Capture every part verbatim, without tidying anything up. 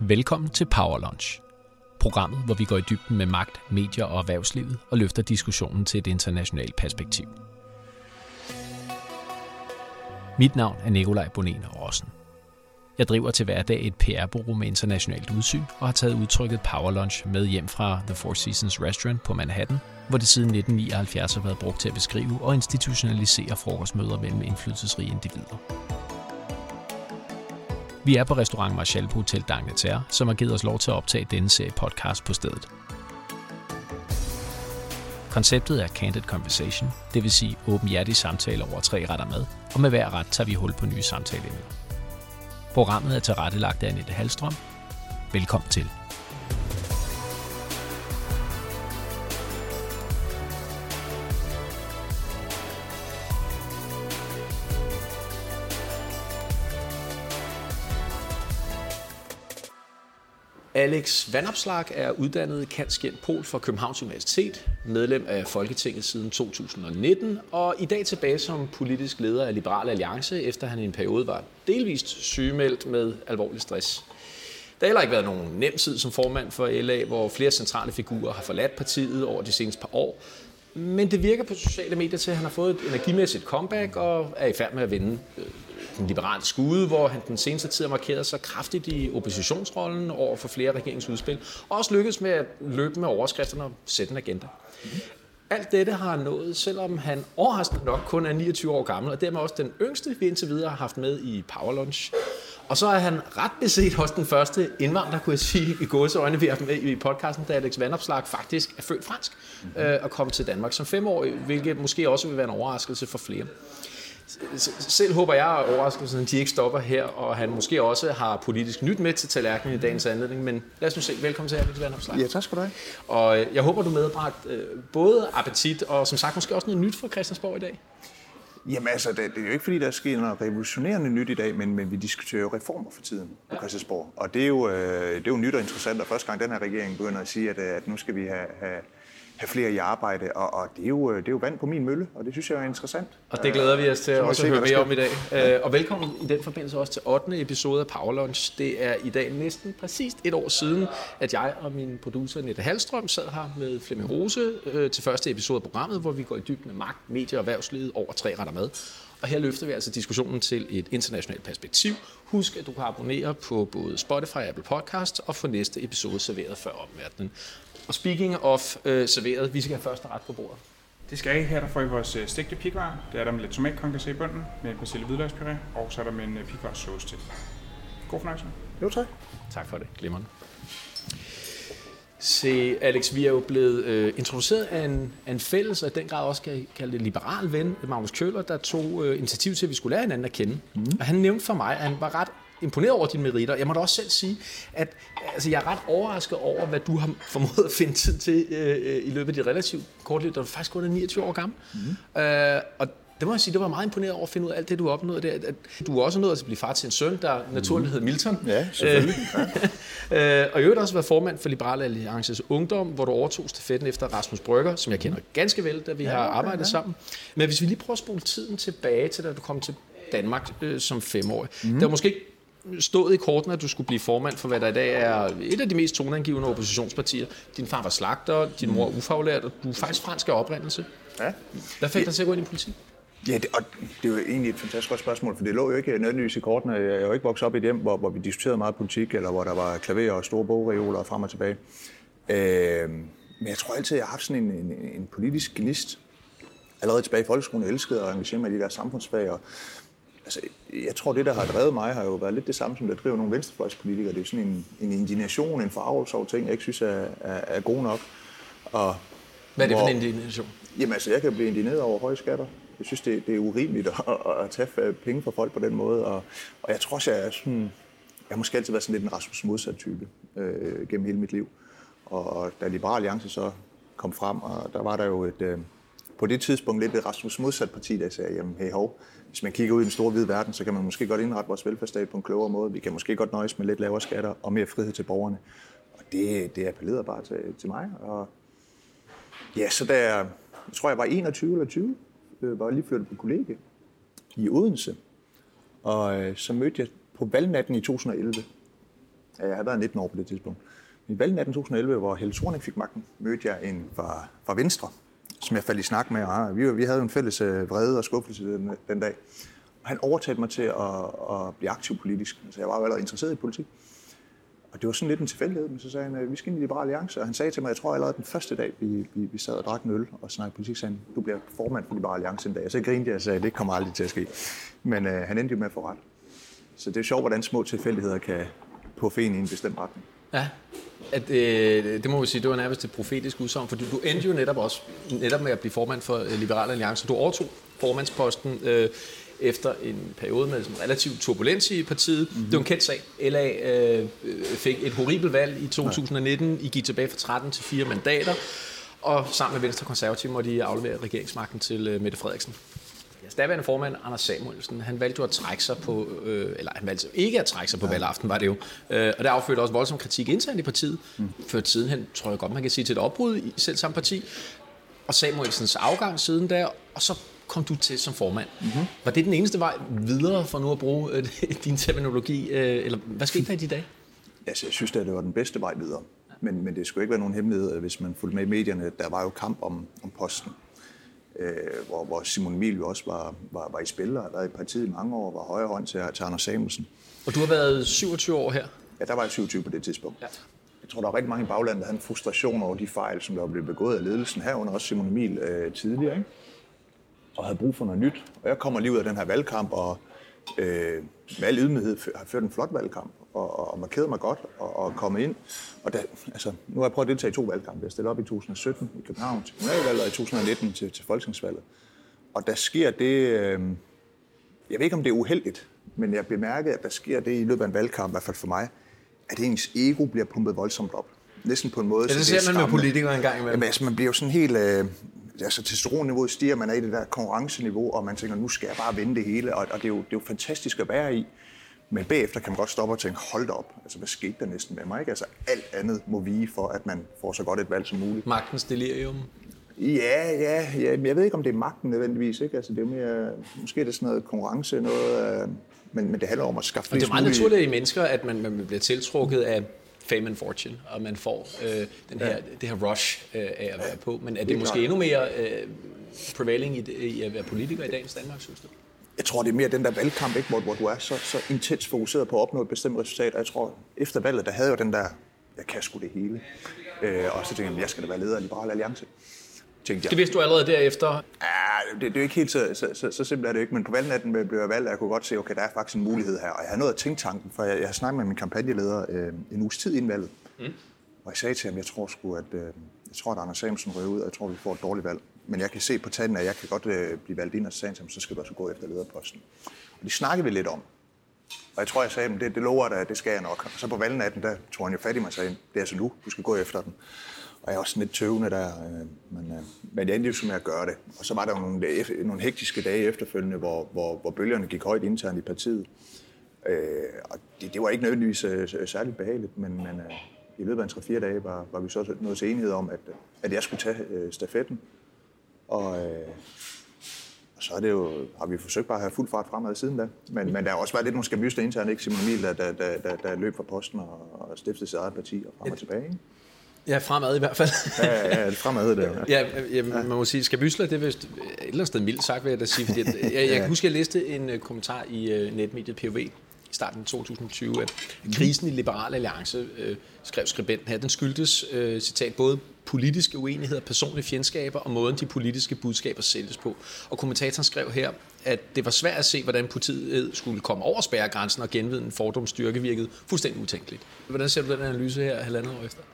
Velkommen til Power Lunch. Programmet, hvor vi går i dybden med magt, medier og erhvervslivet og løfter diskussionen til et internationalt perspektiv. Mit navn er Nikolaj Bonen Rossen. Jeg driver til hverdag et P R-bureau med internationalt udsyn og har taget udtrykket Power Lunch med hjem fra The Four Seasons Restaurant på Manhattan, hvor det siden nitten nioghalvfjerds har været brugt til at beskrive og institutionalisere frokostmøder mellem indflydelsesrige individer. Vi er på restaurant Marshall på Hotel d'Angleterre, som har givet os lov til at optage denne serie podcast på stedet. Konceptet er Candid Conversation, det vil sige åbenhjertige samtaler over tre retter mad, og med hver ret tager vi hul på nye samtaleemner. Programmet er tilrettelagt af Annette Hallstrøm. Velkommen til. Alex Vanopslagh er uddannet cand.scient. Pol fra Københavns Universitet, medlem af Folketinget siden to tusind og nitten og i dag tilbage som politisk leder af Liberal Alliance, efter han i en periode var delvist sygemeldt med alvorlig stress. Der har heller ikke været nogen nem tid som formand for L A, hvor flere centrale figurer har forladt partiet over de seneste par år. Men det virker på sociale medier til, at han har fået et energimæssigt comeback og er i færd med at vinde den liberale skude, hvor han den seneste tid har markeret sig kraftigt i oppositionsrollen over for flere regeringsudspil, og også lykkedes med at løbe med overskrifterne og sætte en agenda. Mm-hmm. Alt dette har han nået, selvom han overraskende nok kun er niogtyve år gammel, og dermed også den yngste, vi indtil videre har haft med i Power Lunch. Og så er han ret beset også den første indvandrer, kunne jeg sige, i gåseøjne, vi har med i podcasten, da Alex Vanopslagh faktisk er født fransk mm-hmm. øh, og kom til Danmark som femårig, hvilket måske også vil være en overraskelse for flere. Selv håber jeg, at overraskelsen de ikke stopper her, og han måske også har politisk nyt med til tallerkenen i dagens anledning. Men lad os nu se. Velkommen til Alex Vanopslagh. Ja, tak skal du have. Og jeg håber, du medbragt øh, både appetit og som sagt måske også noget nyt fra Christiansborg i dag. Jamen altså, det, det er jo ikke fordi, der er sket noget revolutionerende nyt i dag, men, men vi diskuterer jo reformer for tiden på Christiansborg. Og det er, jo, øh, det er jo nyt og interessant, og første gang den her regering begynder at sige, at, at nu skal vi have... have have flere i arbejde, og, og det, er jo, det er jo vand på min mølle, og det synes jeg er interessant. Og det glæder vi os til også at høre mere om i dag. Ja. Og velkommen i den forbindelse også til ottende episode af Power Lunch. Det er i dag næsten præcist et år siden, at jeg og min producer Annette Hallstrøm sad her med Flemming Rose øh, til første episode af programmet, hvor vi går i dybden med magt, medier og erhvervslivet over tre retter mad. Og her løfter vi altså diskussionen til et internationalt perspektiv. Husk, at du kan abonnere på både Spotify og Apple Podcast og få næste episode serveret før omverdenen. Og speaking of øh, serveret, vi skal have første ret på bordet. Det skal I. Her der får I vores øh, stegte pickvarer. Det er der med lidt tomatkoncassé i bunden, med en persille hvidløgspuré, og så er der med en øh, pickvarsauce til. God fornøjelse. Jo, tak. Tak for det. Glimrende. Se, Alex, vi er jo blevet øh, introduceret af en, af en fælles, og i den grad også kan kalde det liberal ven, Magnus Kjøller, der tog øh, initiativ til, at vi skulle lære hinanden at kende. Mm. Og han nævnte for mig, at han var ret imponeret over dine meritter. Jeg må da også selv sige, at altså, jeg er ret overrasket over, hvad du har formået at finde tid til øh, i løbet af dit relativt kort liv, da du faktisk kun er niogtyve år gammel. Mm. Øh, og det må jeg sige, det var meget imponeret over at finde ud af alt det, du har opnået der. At du er også nået at blive far til en søn, der mm. naturligt hedder Milton. Ja, selvfølgelig. Ja. og i øvrigt også været formand for Liberal Alliances Ungdom, hvor du overtog stafetten efter Rasmus Brøgger, som jeg kender ganske vel, da vi ja, har arbejdet ja, ja. sammen. Men hvis vi lige prøver at spole tiden tilbage til, da du kom til Danmark øh, som femårig. Mm. Det var måske ikke stået i korten, at du skulle blive formand for, hvad der i dag er et af de mest toneangivende oppositionspartier. Din far var slagter, din mor er ufaglært, og du er faktisk fransk af oprindelse. Ja. Hvad fik dig til at gå ind i politik? Ja, det, og det er jo egentlig et fantastisk godt spørgsmål, for det lå jo ikke nødvendigvis i kortene. Jeg er jo ikke vokset op i et hjem, hvor, hvor vi diskuterede meget politik, eller hvor der var klaver og store bogreoler og frem og tilbage. Øh, men jeg tror altid, jeg har haft sådan en, en, en politisk gnist. Allerede tilbage i folkeskolen, jeg elskede at engagere mig i de der samfundsfag, og altså, jeg tror, det, der har drevet mig, har jo været lidt det samme, som der driver nogle venstrefløjspolitikere. Det er jo sådan en, en indignation, en forarvelse over ting, jeg ikke synes er, er, er god nok. Og hvad er det hvor, for en indignation? Jamen altså, jeg kan blive indigneret over høje skatter. Jeg synes, det, det er urimeligt at, at, at tage penge fra folk på den måde. Og, og jeg tror også, jeg er sådan... Jeg har måske altid været sådan lidt en Rasmus modsat-type øh, gennem hele mit liv. Og, og da Liberal Alliance så kom frem, og der var der jo et... Øh, på det tidspunkt lidt et Rasmus modsat-parti, der sagde, jamen hey hov, hvis man kigger ud i den store hvide verden, så kan man måske godt indrette vores velfærdsstat på en klogere måde. Vi kan måske godt nøjes med lidt lavere skatter og mere frihed til borgerne. Og det, det appellerede bare til, til mig. Og ja, så da jeg, jeg tror, jeg var enogtyve eller tyve, øh, var jeg lige flyttet på kollegie i Odense. Og øh, så mødte jeg på valgnatten i to tusind og elleve Ja, jeg havde været nitten år på det tidspunkt. I valget atten tusind og elleve, hvor Helle Thorning fik magten, mødte jeg en fra, fra Venstre, som jeg faldt i snak med. Og vi, vi havde en fælles vrede og skuffelse den, den dag. Og han overtalte mig til at, at blive aktiv politisk. Altså, jeg var jo allerede interesseret i politik. Og det var sådan lidt en tilfældighed, men så sagde han, vi skal ind i Liberal Alliance. Og han sagde til mig, jeg tror allerede den første dag, vi, vi, vi sad og drak en øl og snakkede politik, sagde han, du bliver formand for Liberal Alliance en dag. Og så grinede jeg og sagde, det kommer aldrig til at ske. Men øh, han endte jo med at få ret. Så det er sjovt, hvordan små tilfældigheder kan puffe en i en bestemt retning. Ja, at, øh, det må vi sige, det var nærmest et profetisk udsagn, for du, du endte jo netop også netop med at blive formand for Liberal Alliance. Du overtog formandsposten øh, efter en periode med sådan, relativt turbulens i partiet. Mm-hmm. Det var en kendt sag. L A øh, fik et horribelt valg i to tusind og nitten. I gik tilbage fra tretten til fire mandater, og sammen med Venstre Konservative måtte de aflevere regeringsmagten til øh, Mette Frederiksen. Jeres daværende formand, Anders Samuelsen, han valgte jo at trække sig på, øh, eller han valgte ikke at trække sig på ja. valgaften, var det jo. Øh, og der affødte også voldsom kritik internt i partiet. Mm. Ført sidenhen, tror jeg godt, man kan sige, til et opbrud i selv samme parti. Og Samuelsens afgang siden der, og så kom du til som formand. Mm-hmm. Var det den eneste vej videre for nu at bruge øh, din terminologi, øh, eller hvad skete der i de dage? Altså, jeg synes, at det var den bedste vej videre. Men, men det skulle ikke være nogen hemmelighed, hvis man fulgte med i medierne. Der var jo kamp om, om posten. Øh, hvor, hvor Simon Emil jo også var, var, var i spil, og har været i partiet i mange år, var højre hånd til, til Anders Samuelsen. Og du har været syvogtyve år her? Ja, der var jeg syvogtyve på det tidspunkt. Ja. Jeg tror, der var rigtig mange i baglandet, der havde en frustration over de fejl, som der blev begået af ledelsen herunder, også Simon Emil øh, tidligere, ikke? Og havde brug for noget nyt. Og jeg kommer lige ud af den her valgkamp, og øh, med al ydmyghed har ført en flot valgkamp, og, og markeret mig godt, og, og kommet ind. Og da, altså, nu har jeg prøvet at deltage i to valgkampe. Jeg stillede op i to tusind og sytten i København til kommunalvalget, og i to tusind og nitten til, til folketingsvalget. Og der sker det, øh, jeg ved ikke om det er uheldigt, men jeg bemærker, at der sker det i løbet af en valgkamp, i hvert fald for mig, at ens ego bliver pumpet voldsomt op. Næsten på en måde. Ja, det ser man med politikere en gang imellem. Jamen, altså, man bliver jo sådan helt... Øh, altså, testosteronniveauet stiger, man er i det der konkurrenceniveau, og man tænker, nu skal jeg bare vinde det hele, og, og det, er jo, det er jo fantastisk at være i. Men bagefter kan man godt stoppe og tænke, hold da op, altså hvad skete der næsten med mig? Ikke? Altså alt andet må vige for, at man får så godt et valg som muligt. Magtens delirium? Ja, ja, ja, jeg ved ikke, om det er magten nødvendigvis, ikke? Altså det er mere, måske er det sådan noget konkurrence, noget, øh, men, men det handler om at skaffe flest. Og det er meget mulige... naturligt i mennesker, at man, man bliver tiltrukket af fame and fortune, og man får øh, den her, ja. det her rush øh, af at være ja, på. Men er det, det er måske klart. endnu mere øh, prevailing i, i at være politiker i dagens Danmark, synes du? Jeg tror, det er mere den der valgkamp, ikke, hvor, hvor du er så, så intens fokuseret på at opnå et bestemt resultat. Og jeg tror, efter valget, der havde jeg jo den der, jeg kan sgu det hele. Øh, og så tænkte jeg, jeg skal da være leder af Liberal Alliance. Tænkte jeg. Det vidste du allerede derefter? Ja, det, det er jo ikke helt så, så, så, så simpelt er det ikke. Men på valgnatten blev jeg valgt, og jeg kunne godt se, okay, der er faktisk en mulighed her. Og jeg har nået at tænke tanken, for jeg, jeg har snakket med min kampagneleder øh, en uges tid inden valget. Mm. Og jeg sagde til ham, jeg tror sgu, at, øh, jeg tror, at Anders Samuelsen røger ud, og jeg tror, vi får et dårligt valg. Men jeg kan se på tanden, at jeg kan godt øh, blive valgt ind, og så sagde han, så skal du også gå efter lederposten. Og det snakkede vi lidt om. Og jeg tror, jeg sagde, det, det lover dig, det skal jeg nok. Og så på valgnatten, der tog han jo fat i mig og sagde, det er altså nu, du skal gå efter den. Og jeg er også lidt tøvende der, øh, men, øh, men jeg endte jo med at gøre det. Og så var der jo nogle, nogle hektiske dage efterfølgende, hvor, hvor, hvor bølgerne gik højt internt i partiet. Øh, og det, det var ikke nødvendigvis øh, særligt behageligt, men, men øh, i løbet af en tre fire dage var, var vi så nået til enighed om, at, at jeg skulle tage øh, stafetten. Og, øh, og så er det jo, har vi forsøgt bare at have fuld fart fremad siden da. Men, men der har også været lidt nogle skambysler internt, ikke? Simon Emil, der, der, der, der, der løb fra posten og, og stiftede sit eget parti og frem og tilbage. Ikke? Ja, fremad i hvert fald. ja, ja, det fremad det. Ja, ja, ja, man må sige, skambysler, det er vist et eller andet sted mildt sagt, vil jeg da sige. Fordi jeg, jeg, jeg kan huske, at jeg læste en uh, kommentar i uh, netmediet P O V i starten af to tusind og tyve, at krisen i Liberal Alliance, øh, skrev skribenten her, den skyldtes, øh, citat, både politiske uenigheder, personlige fjendskaber og måden, de politiske budskaber sælges på. Og kommentatoren skrev her, at det var svært at se, hvordan partiet skulle komme over spærregrænsen og genvinde en fordomsstyrke virkede fuldstændig utænkeligt. Hvordan ser du den analyse her halvandet år efter?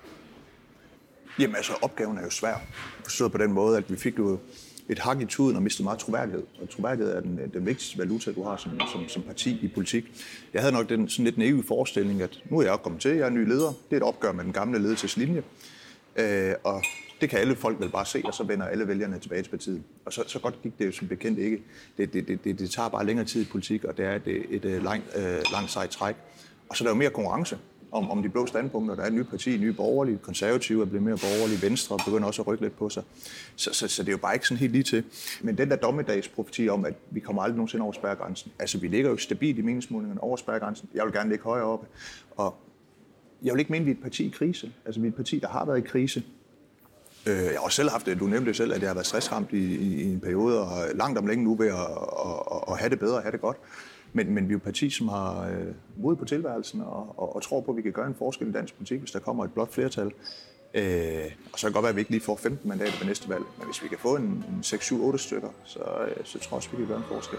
Jamen altså, opgaven er jo svær. Forstået på den måde, at vi fik jo et hak i tuden og mistede meget troværdighed. Og troværdighed er den, den vigtigste valuta, du har som, som, som parti i politik. Jeg havde nok den sådan lidt naive forestilling, at nu er jeg kommet til, jeg er ny leder. Det er et opgør med den gamle ledelseslinje. Øh, og det kan alle folk vel bare se, og så vender alle vælgerne tilbage til partiet. Og så, så godt gik det jo som bekendt ikke. Det, det, det, det, det tager bare længere tid i politik, og det er et, et, et langt, øh, langt sejt træk. Og så er der jo mere konkurrence om, om de blå standpunkter. Der er et nyt parti, nye borgerlige, konservative er blevet mere borgerlige, Venstre begynder også at rykke lidt på sig. Så, så, så det er jo bare ikke sådan helt lige til. Men den der dommedagsprofeti om, at vi kommer aldrig nogensinde over spærregrænsen. Altså, vi ligger jo stabilt i meningsmålingerne over spærregrænsen. Jeg vil gerne ligge højere oppe. Og jeg vil ikke mene, at vi er et parti i krise. Altså, vi er et parti, der har været i krise. Jeg har også selv haft det. Du nævnte det selv, at jeg har været stressramt i, i, i en periode, og langt om længe nu ved at, at, at have det bedre og have det godt. Men, men vi er et parti, som har øh, mod på tilværelsen og, og, og tror på, at vi kan gøre en forskel i dansk politik, hvis der kommer et blot flertal. Øh, og så kan det godt være, at vi ikke lige får femten mandater ved næste valg. Men hvis vi kan få en, en seks syv otte stykker, så, så tror jeg også, vi kan gøre en forskel.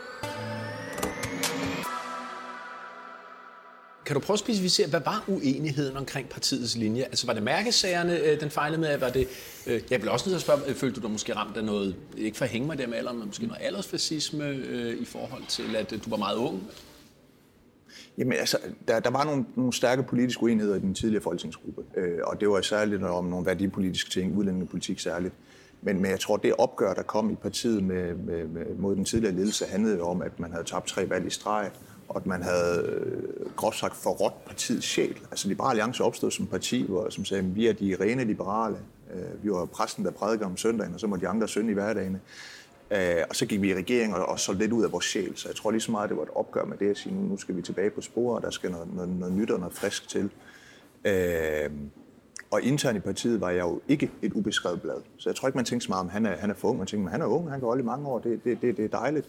Kan du prøve at specificere, hvad var uenigheden omkring partiets linje? Altså var det mærkesagerne, den fejlede med? Var det, jeg vil også nødt til at spørge, følte du dig måske ramt af noget, ikke for at hænge mig der med alderen, men måske noget aldersfascisme øh, i forhold til, at du var meget ung? Jamen altså, der, der var nogle, nogle stærke politiske uenigheder i den tidligere folketingsgruppe, øh, og det var særligt om nogle værdipolitiske ting, udlændingepolitik særligt. Men, men jeg tror, det opgør, der kom i partiet med, med, med, mod den tidligere ledelse, handlede jo om, at man havde tabt tre valg i streg, og at man havde øh, groft sagt forrådt partiets sjæl. Altså Liberal Alliance opstod som parti, hvor, som sagde, at vi er de rene liberale. Øh, vi var præsten, der prædikede om søndagen, og så må de andre synde i hverdagene. Øh, og så gik vi i regering og, og så lidt ud af vores sjæl. Så jeg tror lige så meget, det var et opgør med det at sige, nu skal vi tilbage på sporet, og der skal noget, noget, noget nyt og noget frisk til. Øh, og internt i partiet var jeg jo ikke et ubeskrevet blad. Så jeg tror ikke, man tænkte så meget om, han er, han er for ung. Man tænkte, han er ung, han kan holde i mange år, det, det, det, det er dejligt.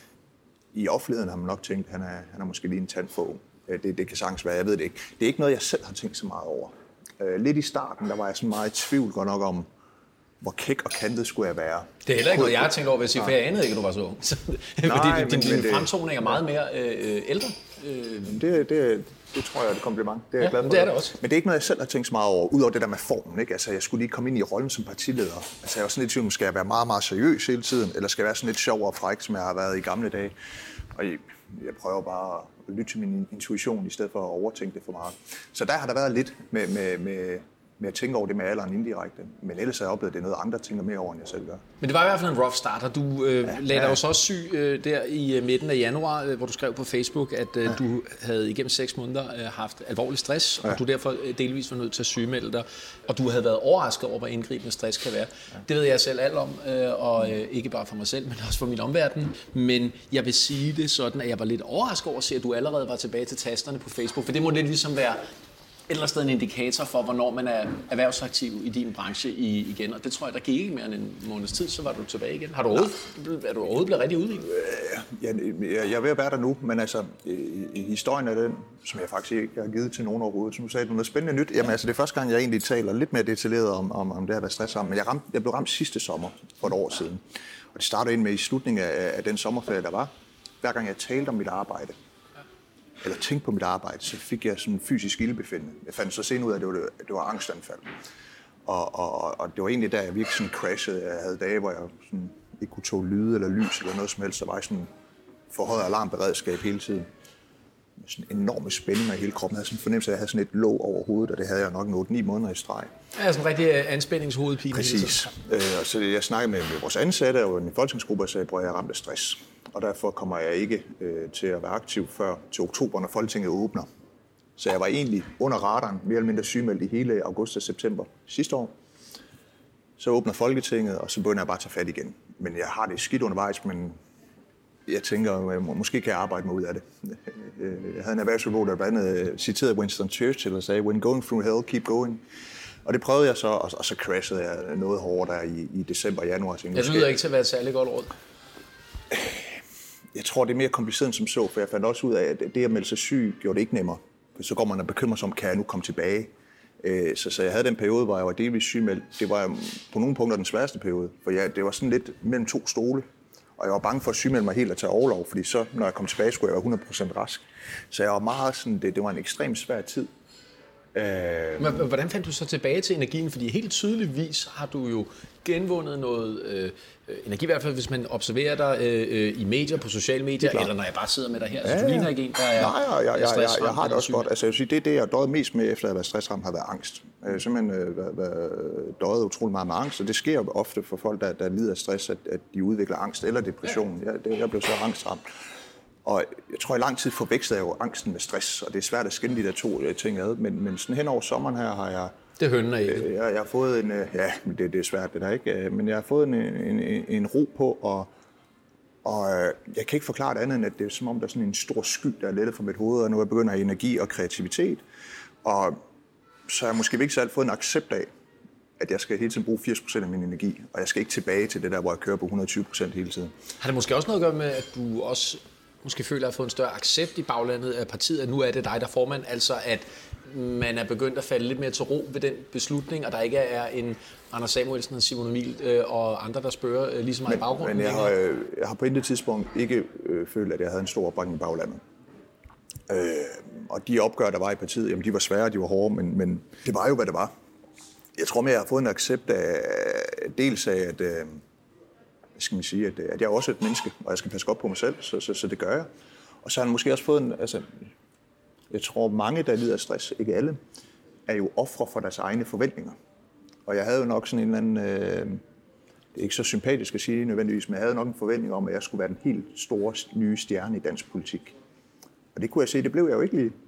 I offentligheden har man nok tænkt, at han er, han er måske lige en tand for ung. Det, det kan sagtens være, jeg ved det ikke. Det er ikke noget, jeg selv har tænkt så meget over. Lidt i starten, der var jeg sådan meget i tvivl godt nok om, hvor kæk og kantet skulle jeg være. Det er heller ikke noget, jeg har tænkt over, hvis jeg, for jeg anede ikke, at du var så ung. Nej, fordi din, din, men, din fremtoning er meget mere øh, ældre. Øh. Det, det, det tror jeg er et kompliment. Det er jeg ja, glad for. Det er det også. Men det er ikke noget, jeg selv har tænkt så meget over, udover det der med formen. Ikke? Altså, jeg skulle lige komme ind i rollen som partileder. Altså, jeg var sådan lidt i tvivl, skal jeg være meget, meget seriøs hele tiden, eller skal jeg være sådan lidt sjov og fræk, som jeg har været i gamle dage. Og jeg, jeg prøver bare at lytte til min intuition, i stedet for at overtænke det for meget. Så der har der været lidt med, med, med, med at tænke over det med alderen indirekte. Men ellers har jeg oplevet, at det er noget, andre tænker mere over, end jeg selv gør. Men det var i hvert fald en rough start, og du øh, ja, lagde dig ja. jo så også syg øh, der i midten af januar, øh, hvor du skrev på Facebook, at øh, ja. du havde igennem seks måneder øh, haft alvorlig stress, ja. og du derfor øh, delvis var nødt til at sygemelde dig. Og du havde været overrasket over, hvor indgribende stress kan være. Ja. Det ved jeg selv alt om, øh, og øh, ikke bare for mig selv, men også for min omverden. Men jeg vil sige det sådan, at jeg var lidt overrasket over at se, at du allerede var tilbage til tasterne på Facebook, for det må lidt ligesom være et eller andet sted en indikator for, hvornår man er erhvervsaktiv i din branche igen. Og det tror jeg, der gik ikke mere end en måneds tid, så var du tilbage igen. Har du overhovedet, er du overhovedet blevet rigtig ude i? Ja, jeg er ved at være der nu, men altså, historien er den, som jeg faktisk ikke har givet til nogen overhovedet. Så nu sagde du noget spændende nyt. Jamen altså, det er første gang, jeg egentlig taler lidt mere detaljeret om, om, om det at være stressramt. Men jeg, ramte, jeg blev ramt sidste sommer for et år siden. Og det startede ind med i slutningen af, af den sommerferie, der var. Hver gang jeg talte om mit arbejde, eller tænkte på mit arbejde, så fik jeg sådan en fysisk ildbefindende. Jeg fandt så senere ud af, at det var, det var angstanfald. Og, og, og det var egentlig der, jeg virkelig sådan crashede. Jeg havde dage, hvor jeg sådan ikke kunne tåle lyde eller lys eller noget som helst. Så var jeg sådan forhøjet alarmberedskab hele tiden. Med sådan en enorm spænding af hele kroppen. Jeg havde sådan en fornemmelse af, at jeg havde sådan et låg over hovedet, og det havde jeg nok otte ni måneder i streg. Ja, sådan en rigtig anspændingshovedpine. Præcis. Øh, og så jeg snakkede med, med vores ansatte og en folketingsgruppe og sagde, at jeg er ramt af stress. Og derfor kommer jeg ikke øh, til at være aktiv før til oktober, når Folketinget åbner. Så jeg var egentlig under radaren, mere eller mindre sygemeldt i hele august og september sidste år. Så åbner Folketinget, og så begynder jeg bare at tage fat igen. Men jeg har det skidt undervejs, men jeg tænker, at måske kan jeg arbejde mig ud af det. Jeg havde en erhvervsøkolog, der blandt andet citerede Winston Churchill og sagde, "When going through hell, keep going." Og det prøvede jeg så, og så crashede jeg noget hårdere der i, i december og januar. Det lyder ikke til at være et særligt godt råd. Jeg tror, det er mere kompliceret end som så, for jeg fandt også ud af, at det at melde sig syg gjorde det ikke nemmere. For så går man og bekymrer sig om, kan jeg nu komme tilbage? Så, så jeg havde den periode, hvor jeg var delvis sygemeldt. Det var på nogle punkter den sværeste periode, for jeg, det var sådan lidt mellem to stole. Og jeg var bange for at sygemelde mig helt og tage overlov, fordi så, når jeg kom tilbage, skulle jeg være hundrede procent rask. Så jeg var meget sådan, det, det var en ekstremt svær tid. Men hvordan fandt du så tilbage til energien? Fordi helt tydeligvis har du jo genvundet noget øh, energi, i hvert fald hvis man observerer dig øh, i medier, på sociale medier, eller når jeg bare sidder med dig her. Så ja, du ligner ikke en, der er nej, jeg, jeg, jeg, jeg, jeg har det også godt. Altså, jeg vil sige, det er det, jeg døjet mest med, efter at have været stressramt, har været angst. Jeg har simpelthen øh, været døjet utrolig meget med angst, og det sker ofte for folk, der, der lider af stress, at, at de udvikler angst eller depression. Jeg, det, jeg blev så angstramt. Og jeg tror, i lang tid forvekslede jeg jo angsten med stress, og det er svært at skille de der to ting ad. Men, men sådan hen over sommeren her har jeg... Det hønner ikke. Øh, jeg, jeg har fået en... Ja, det, det er svært, det der ikke. Men jeg har fået en, en, en ro på, og, og jeg kan ikke forklare det andet, end at det er som om, der er sådan en stor sky, der er lettet fra mit hoved, og nu er jeg begyndt at have energi og kreativitet. Og så har jeg måske ikke selv fået en accept af, at jeg skal hele tiden bruge firs procent af min energi, og jeg skal ikke tilbage til det der, hvor jeg kører på hundrede og tyve procent hele tiden. Har det måske også noget at gøre med, at du også måske føler, at have fået en større accept i baglandet af partiet, at nu er det dig, der er formand, altså at man er begyndt at falde lidt mere til ro ved den beslutning, og der ikke er en Anders Samuelsen og Simon Emil øh, og andre, der spørger øh, lige så meget men, i baggrunden? Men jeg har, øh, jeg har på intet tidspunkt ikke øh, følt, at jeg havde en stor opbakning i baglandet. Øh, og de opgør, der var i partiet, jamen, de var svære, de var hårde, men, men det var jo, hvad det var. Jeg tror mere, jeg har fået en accept af dels af, at, øh, skal man sige, at, at jeg er også et menneske, og jeg skal passe godt på mig selv, så, så, så det gør jeg. Og så har jeg måske også fået en, altså, jeg tror mange, der lider af stress, ikke alle, er jo ofre for deres egne forventninger. Og jeg havde jo nok sådan en eller anden, øh, det er ikke så sympatisk at sige nødvendigvis, men jeg havde nok en forventning om, at jeg skulle være den helt store nye stjerne i dansk politik. Og det kunne jeg se, det blev jeg jo ikke lige.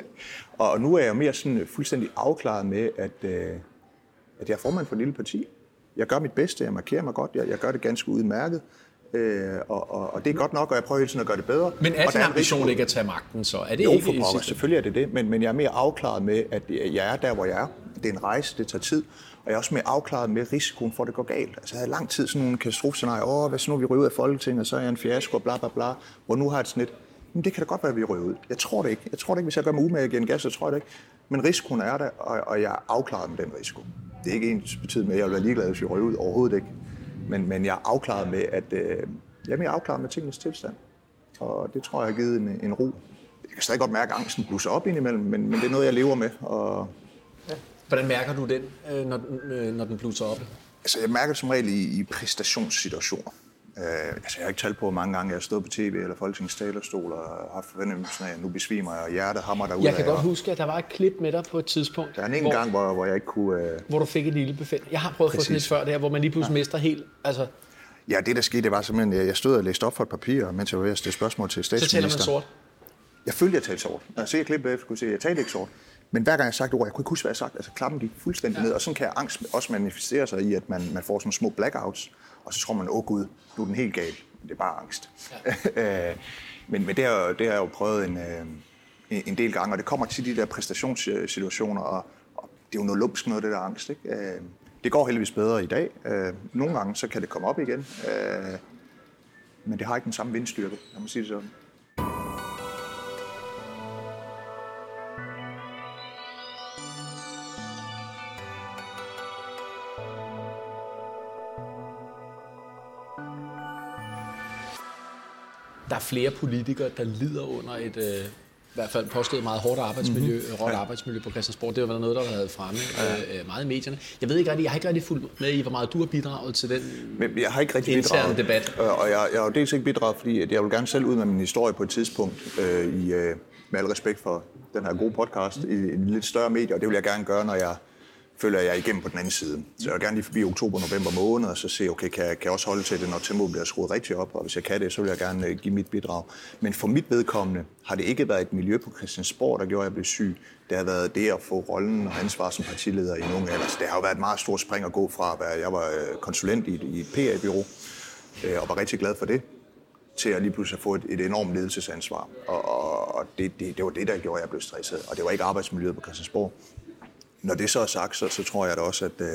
Og nu er jeg mere sådan fuldstændig afklaret med, at, øh, at jeg er formand for et lille parti. Jeg gør mit bedste, jeg markerer mig godt, jeg, jeg gør det ganske udmærket. Øh, og, og, og det er godt nok, og jeg prøver hele tiden at gøre det bedre. Men er din ambition risiko... ikke at tage magten så? Er det jo, ikke for pokker, selvfølgelig er det det, men, men jeg er mere afklaret med, at jeg er der, hvor jeg er. Det er en rejse, det tager tid. Og jeg er også mere afklaret med risikoen for, at det går galt. Altså jeg havde lang tid sådan nogle katastrofescenarier. Åh, hvad så nu vi ryger ud af Folketinget, og så er jeg en fiasko, og bla bla bla. Hvor nu har jeg et sådan et, men det kan da godt være, at vi ryger ud. Jeg tror det ikke. Jeg tror det ikke, hvis jeg gør mig umage igen gas, så tror jeg det ikke. Men risikoen er der, og, og jeg er afklaret med den risiko. Det er ikke ens betydning med, at jeg vil være ligeglad, hvis vi ryger ud. Overhovedet ikke. Men, men jeg er afklaret med, at øh, jeg er mere afklaret med tingens tilstand. Og det tror jeg har givet en, en ro. Jeg kan stadig godt mærke, at angsten blusser op indimellem, men, men det er noget, jeg lever med. Og, ja. Hvordan mærker du den, når, når den blusser op? Altså, jeg mærker det som regel i, i præstationssituationer. Uh, altså, jeg har ikke talt på, hvor mange gange jeg har stået på tv eller Folketingets talerstol og haft forventelsen af, at nu besvimer jeg, og hjertet hammer derude. Jeg kan godt huske, at der var et klip med dig på et tidspunkt. Der er en hvor, gang, hvor, hvor jeg ikke kunne... Uh... Hvor du fik et lille befænd. Jeg har prøvet Præcis. at få sådan et før der, hvor man lige pludselig ja. mister helt... Altså... Ja, det der skete, det var simpelthen, jeg stod og læste op for et papir, mens jeg var ved at stille spørgsmål til statsministeren. Så taler man sort? Jeg følte, jeg talte sort. Når jeg ser klippet efter, kunne jeg se, at jeg talte ikke sort. Men hver gang jeg sagde ord, jeg kunne ikke huske, hvad jeg sagde. Altså klappen gik fuldstændig ja. ned, og sådan kan angst også manifestere sig i, at man, man får sådan små blackouts, og så tror man, åh gud, nu er den helt gal. Det er bare angst. Ja. men men det, har, det har jeg jo prøvet en, en del gange, og det kommer til de der præstationssituationer, og, og det er jo noget lumsk noget, det der angst. Ikke? Det går heldigvis bedre i dag. Nogle gange så kan det komme op igen, men det har ikke den samme vindstyrke, lad mig sige det sådan. Der er flere politikere, der lider under et, øh, i hvert fald påstået meget hårdt arbejdsmiljø, mm-hmm. råt arbejdsmiljø på Christiansborg. Det har været noget, der har været fremme øh, meget i medierne. Jeg ved ikke rigtig, jeg har ikke rigtig fulgt med i, hvor meget du har bidraget til den Men jeg har ikke rigtig interne bidraget. debat. Og jeg, jeg har jo dels ikke bidraget, fordi jeg vil gerne selv ud med min historie på et tidspunkt, øh, i, øh, med al respekt for den her gode podcast, i en lidt større medie, og det vil jeg gerne gøre, når jeg føler, at jeg er igennem på den anden side. Så jeg vil gerne lige forbi oktober, november måned, og så se, okay, kan jeg, kan jeg også holde til det, når tempoet bliver skruet rigtig op, og hvis jeg kan det, så vil jeg gerne give mit bidrag. Men for mit vedkommende har det ikke været et miljø på Christiansborg, der gjorde, at jeg blev syg. Det har været det at få rollen og ansvar som partileder i en ung alder. Det har jo været et meget stort spring at gå fra, at jeg var konsulent i et P R-bureau, og var rigtig glad for det, til at lige pludselig få et, et enormt ledelsesansvar. Og, og, og det, det, det var det, der gjorde, at jeg blev stresset. Og det var ikke arbejdsmiljøet på Christiansborg. Når det så er sagt, så, så tror jeg da også, at øh,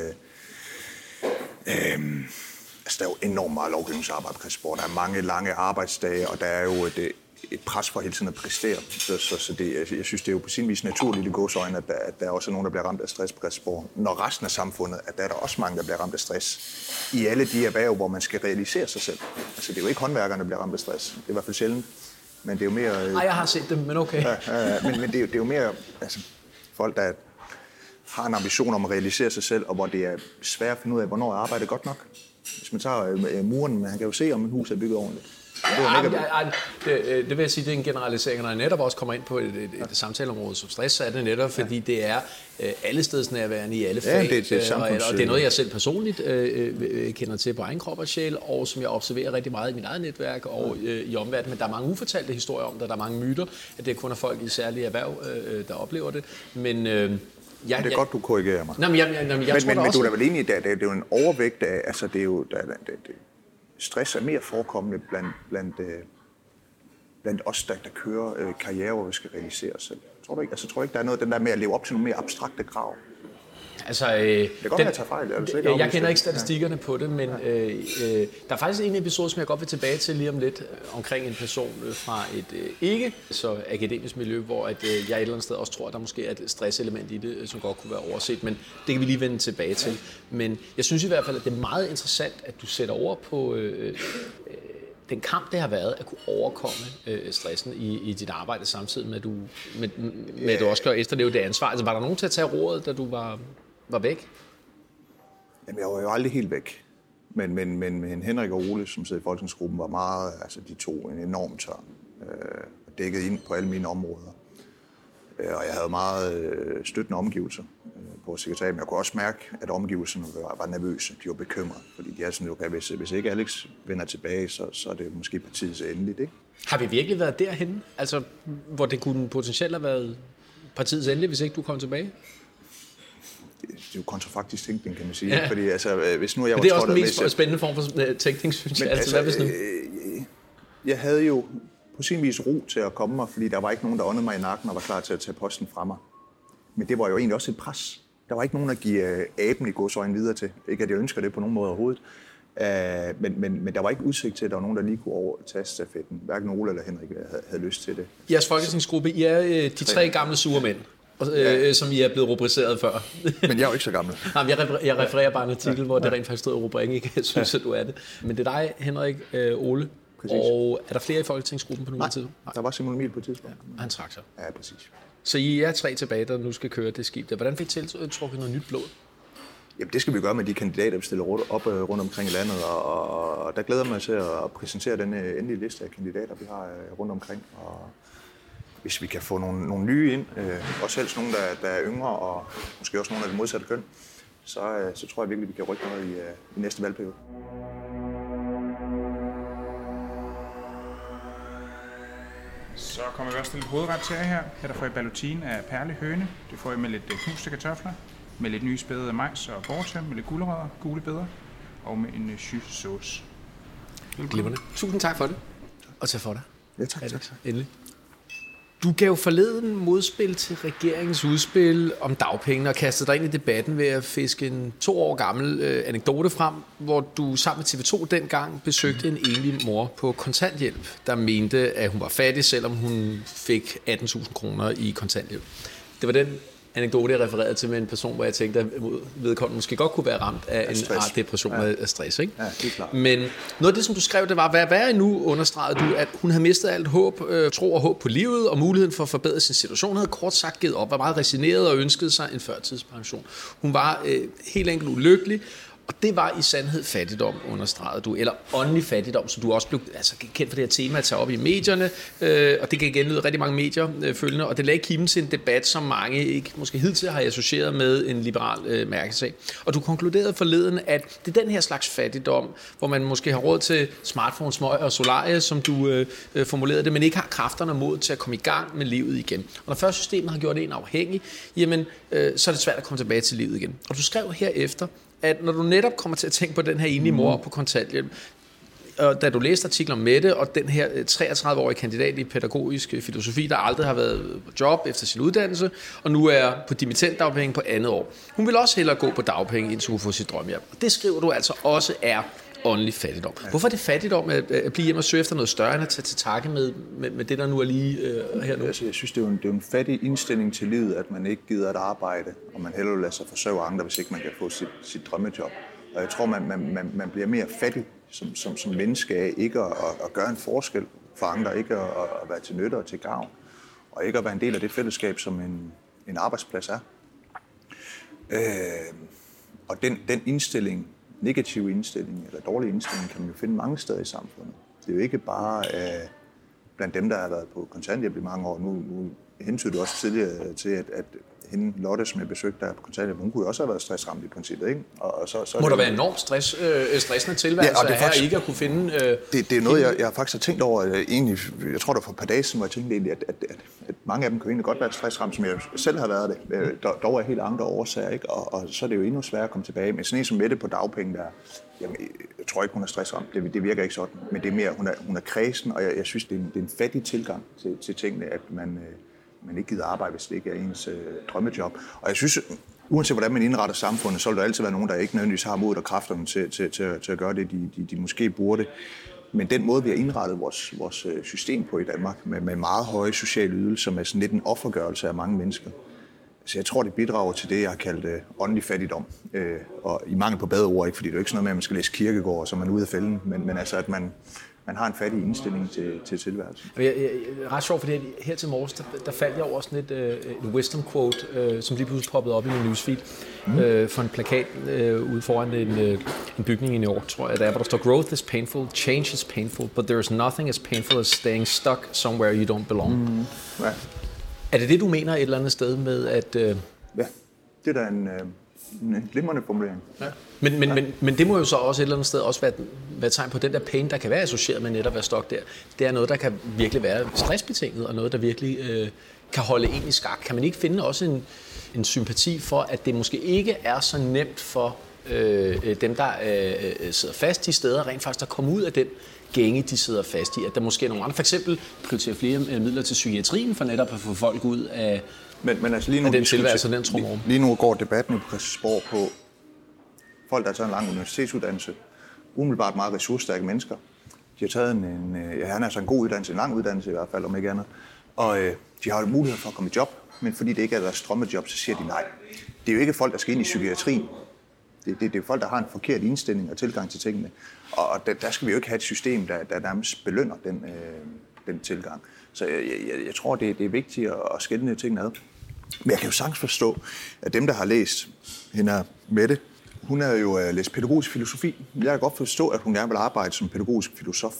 øh, altså, der er jo enormt meget lovgivningsarbejde på Christiansborg. Der er mange lange arbejdsdage, og der er jo et, et pres for hele tiden at præstere. Så, så, så det, jeg synes, det er jo på sin vis naturligt i gåseøjne, at der, at der er også nogen, der bliver ramt af stress på Christiansborg. Når resten af samfundet, at der er der også mange, der bliver ramt af stress i alle de erhverv, hvor man skal realisere sig selv. Altså, det er jo ikke håndværkerne, der bliver ramt af stress. Det er i hvert fald sjældent. Men det er jo mere... Øh, Nej, jeg har set dem, men okay. Ja, øh, men men det, er jo, det er jo mere altså, folk, der har en ambition om at realisere sig selv, og hvor det er svært at finde ud af, hvornår er arbejdet godt nok. Hvis man tager øh, muren, han kan jo se, om en hus er bygget ordentligt. Det, ja, mega... ja, det, det vil jeg sige, det er en generalisering, når jeg netop også kommer ind på et, et, et samtaleområde som stress, så er det netop, fordi ja. det er øh, allestedsnærværende i alle fag, ja, det, det og, og det er noget, jeg selv personligt øh, øh, kender til på egen krop og sjæl, og som jeg observerer rigtig meget i mit eget netværk og øh, i omverdenen, men der er mange ufortalte historier om det, der er mange myter, at det kun er folk i særlige erhverv, øh, der oplever det, men... Øh, Ja, det er jeg, godt, du korrigerer mig. Nej, men, jeg, jeg, jeg, jeg men, tror, men, men også... du er da vel enig i, det, det er jo en overvægt af, altså det er jo, der, det, det, stress er mere forekommende blandt, blandt, blandt os, der, der kører øh, karriere, hvor vi skal realisere os selv. Tror du ikke? Altså, tror du ikke, der er noget den der med at leve op til nogle mere abstrakte krav? Altså, øh, det kan godt være, at jeg tager fejl. Jeg, jeg, jeg kender ikke statistikkerne på det, men øh, øh, der er faktisk en episode, som jeg godt vil tilbage til lige om lidt, øh, omkring en person øh, fra et øh, ikke så akademisk miljø, hvor at, øh, jeg et eller andet sted også tror, at der måske er et stresselement i det, øh, som godt kunne være overset, men det kan vi lige vende tilbage til. Men jeg synes i hvert fald, at det er meget interessant, at du sætter over på øh, øh, den kamp, det har været at kunne overkomme øh, stressen i, i dit arbejde, samtidig med, at du, med, med, at du også gør efterleve det ansvar. Altså, var der nogen til at tage rådet, da du var... var væk? Jamen, jeg var jo aldrig helt væk. Men, men, men, men Henrik og Ole, som sidder i folketingsgruppen, var meget, altså de to en enorm tørn. Øh, dækket ind på alle mine områder. Øh, og jeg havde meget øh, støttende omgivelser øh, på sekretariatet. Men jeg kunne også mærke, at omgivelserne var, var nervøse. De var bekymrede. Fordi de er sådan, okay, hvis, hvis ikke Alex vender tilbage, så, så er det måske partiets endeligt, ikke? Har vi virkelig været derhenne? Altså, hvor det kunne potentielt have været partiets endeligt, hvis ikke du kom tilbage? Det er jo kontrafaktisk tænkning, kan man sige. Ja. Fordi, altså, hvis nu jeg var det er også den mest hvis jeg... spændende form for tænkning, synes jeg. Altså, altså, hvad hvis nu? Øh, jeg havde jo på sin vis ro til at komme mig, fordi der var ikke nogen, der åndede mig i nakken og var klar til at tage posten fra mig. Men det var jo egentlig også et pres. Der var ikke nogen, der giver aben i godsøjne videre til. Ikke at jeg ønsker det på nogen måde overhovedet. Uh, men, men, men der var ikke udsigt til, at der var nogen, der lige kunne overtage stafetten. Hverken Ole eller Henrik havde, havde lyst til det. Jeres folketingsgruppe, I er øh, de tre gamle sure mænd, øh, ja. som I er blevet rubriceret før. Men jeg er jo ikke så gammel. Nej, jeg, refer- jeg refererer bare en artikel, ja. hvor det rent faktisk stod i rubrikken. Ikke? Jeg synes, ja. at du er det. Men det er dig, Henrik, øh, Ole. Præcis. Og er der flere i folketingsgruppen på nuværende tid? Nej, der var Simon Emil på et tidspunkt. Ja, han trak sig. Ja, præcis. Så I er tre tilbage, der nu skal køre det skib der. Hvordan fik tiltrukket noget nyt blod? Jamen, det skal vi gøre med de kandidater, vi stiller op rundt omkring i landet, og, og der glæder jeg mig til at præsentere den endelige liste af kandidater, vi har rundt omkring. Og hvis vi kan få nogle, nogle nye ind, øh, også helst nogle, der, der er yngre, og måske også nogle af det modsatte køn, så, så tror jeg virkelig, vi kan rykke noget i, i næste valgperiode. Så kommer vi også til lidt hovedret til jer her. Her der får I ballotine af perlehøne. Det får I med lidt knuste kartofler, med lidt nye spædede majs og borte, med lidt gulerødder, gule bødder og med en jus sauce. Glemmerne. Tusind tak for det. Og tak for dig. Ja, tak. Alex, endelig. Du gav forleden modspil til regeringens udspil om dagpengene og kastede dig ind i debatten ved at fiske en to år gammel øh, anekdote frem, hvor du sammen med T V to dengang besøgte en enlig mor på kontanthjælp, der mente, at hun var fattig, selvom hun fik atten tusind kroner i kontanthjælp. Det var den anekdote, jeg refererede til med en person, hvor jeg tænkte, at vedkommende måske godt kunne være ramt af en art depression ja. af stress. Ikke? Ja, det er klart. Men noget af det, som du skrev, det var, hvad, hvad er nu understregede du, at hun havde mistet alt håb, øh, tro og håb på livet, og muligheden for at forbedre sin situation, havde kort sagt givet op, var meget resigneret og ønskede sig en førtidspension. Hun var øh, helt enkelt ulykkelig, og det var i sandhed fattigdom, understregede du, eller åndelig fattigdom, så du også blev altså, kendt for det her tema at tage op i medierne, øh, og det kan genlyde rigtig mange medier øh, følgende, og det lagde kimen til en debat, som mange ikke måske hidtil har associeret med en liberal øh, mærkesag. Og du konkluderede forleden, at det er den her slags fattigdom, hvor man måske har råd til smartphone, smøg og solarie, som du øh, formulerede det, men ikke har kræfterne og mod til at komme i gang med livet igen. Og når først systemet har gjort en afhængig, jamen, øh, så er det svært at komme tilbage til livet igen. Og du skrev herefter, at når du netop kommer til at tænke på den her enlige mor på kontanthjælp, og da du læste artikler om Mette, og den her treogtredive-årige kandidat i pædagogisk filosofi, der aldrig har været på job efter sin uddannelse, og nu er på dimittentdagpenge på andet år. Hun vil også hellere gå på dagpenge, indtil hun får sit drømmehjem. Og det skriver du altså også er åndelig fattigdom. Hvorfor er det fattigdom at, at blive hjemme og søge efter noget større, end at tage til takke med, med, med det, der nu er lige øh, her nu? Altså, jeg synes, det er, en, det er en fattig indstilling til livet, at man ikke gider at arbejde, og man hellere lader sig forsørge andre, hvis ikke man kan få sit, sit drømmejob. Og jeg tror, man, man, man, man bliver mere fattig som, som, som menneske af ikke at, at gøre en forskel for andre, ikke at, at være til nytte og til gavn, og ikke at være en del af det fællesskab, som en, en arbejdsplads er. Øh, og den, den indstilling, negativ indstilling eller dårlig indstilling, kan man jo finde mange steder i samfundet. Det er jo ikke bare øh, blandt dem, der har været på kontanthjælp i mange år. Nu, nu hentydede du også tidligere til, at, at hende Lotte, som jeg besøgte der på kontanthjælp, hun kunne jo også have været stressramt i principet, ikke? Og, og så, så Må der det, være enormt stress, øh, stressende tilværelse ja, og det er faktisk, ikke at kunne finde... Øh, det, det er noget, jeg, jeg faktisk har tænkt over, øh, egentlig, jeg tror, der for et par dage siden, hvor jeg tænkte egentlig, at, at, at, at mange af dem kan egentlig godt være stressramt, som jeg selv har været det, øh, dog er helt andre årsager, ikke? Og, og så er det jo endnu sværere at komme tilbage. Men sådan en som Mette på dagpenge, der, jamen, jeg tror ikke, hun er stressramt, det, det virker ikke sådan, men det er mere, hun er, hun er kredsen, og jeg, jeg synes, det er, en, det er en fattig tilgang til, til tingene, at man... Øh, man ikke gider arbejde, hvis det ikke er ens øh, drømmejob. Og jeg synes, uanset hvordan man indretter samfundet, så vil der altid være nogen, der ikke nødvendigvis har mod og kræfterne til, til, til, til at gøre det, de, de, de måske burde. Men den måde, vi har indrettet vores, vores system på i Danmark, med, med meget høje sociale ydelser, med sådan lidt en offergørelse af mange mennesker, så jeg tror, det bidrager til det, jeg har kaldt øh, åndelig fattigdom. Øh, og i mangel på bedre ord, ikke, fordi det er jo ikke sådan noget med, at man skal læse Kierkegaard, så man er ude af fælden, men, men altså, at man, man har en fattig indstilling til, til tilværelsen. Jeg, jeg, jeg, ret sjovt, fordi her til morges, der, der faldt jeg over sådan et, øh, et wisdom quote, øh, som lige pludselig poppede op i min newsfeed, mm. øh, for en plakat øh, ude foran en, øh, en bygning i New York, tror jeg, der, hvor der står, growth is painful, change is painful, but there is nothing as painful as staying stuck somewhere you don't belong. Mm. Ja. Er det det, du mener et eller andet sted med, at... Øh... Ja, det er da en, øh, en glimrende formulering. Ja. Men, men, ja. men, men det må jo så også et eller andet sted også være, være et tegn på, den der pain, der kan være associeret med netop at være stok der. Det er noget, der kan virkelig være stressbetinget, og noget, der virkelig øh, kan holde en i skak. Kan man ikke finde også en, en sympati for, at det måske ikke er så nemt for øh, dem, der øh, sidder fast i steder, rent faktisk at komme ud af den gænge, de sidder fast i? At der måske er nogle andre, for eksempel prioriterer flere midler til psykiatrien, for netop at få folk ud af, men, men altså lige nu, af den tilværelse, den tror lige, lige nu går debatten på Christiansborg på folk, der har taget en lang universitetsuddannelse, umiddelbart meget ressourcestærke mennesker. De har taget en, en, ja, han er altså en god uddannelse, en lang uddannelse i hvert fald, om ikke andet. Og øh, de har jo mulighed for at komme i job, men fordi det ikke er deres drømmejob, så siger de nej. Det er jo ikke folk, der skal ind i psykiatrien. Det, det, det er folk, der har en forkert indstilling og tilgang til tingene. Og der, der skal vi jo ikke have et system, der, der nærmest belønner den, øh, den tilgang. Så jeg, jeg, jeg tror, det, det er vigtigt at, at skille tingene ad. Men jeg kan jo sagtens forstå, at dem, der har læst hende er Mette, hun har jo uh, læst pædagogisk filosofi. Jeg kan godt forstå, at hun gerne vil arbejde som pædagogisk filosof.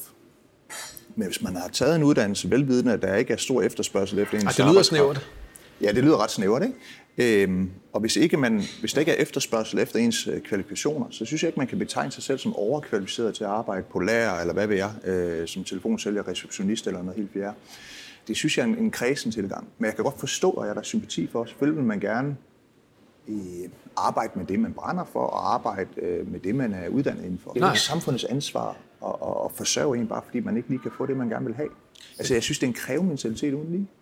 Men hvis man har taget en uddannelse velvidende, at der ikke er stor efterspørgsel efter ens arbejdskraft. Det lyder snævert. Ja, det lyder ret snævert, ikke? Øhm, og hvis, ikke man, hvis der ikke er efterspørgsel efter ens kvalifikationer, så synes jeg ikke, man kan betegne sig selv som overkvalificeret til at arbejde på lager, eller hvad ved jeg, øh, som telefonsælger, receptionist eller noget helt fjerde. Det synes jeg er en, en kredsen tilgang. Men jeg kan godt forstå, at jeg der er sympati for. Selvfølgelig vil man gerne øh, arbejde med det, man brænder for, og arbejde øh, med det, man er uddannet indenfor. Det er ikke samfundets ansvar at, at, at forsørge en, bare fordi man ikke lige kan få det, man gerne vil have. Altså, jeg synes, det er en krævementalitet uden lige.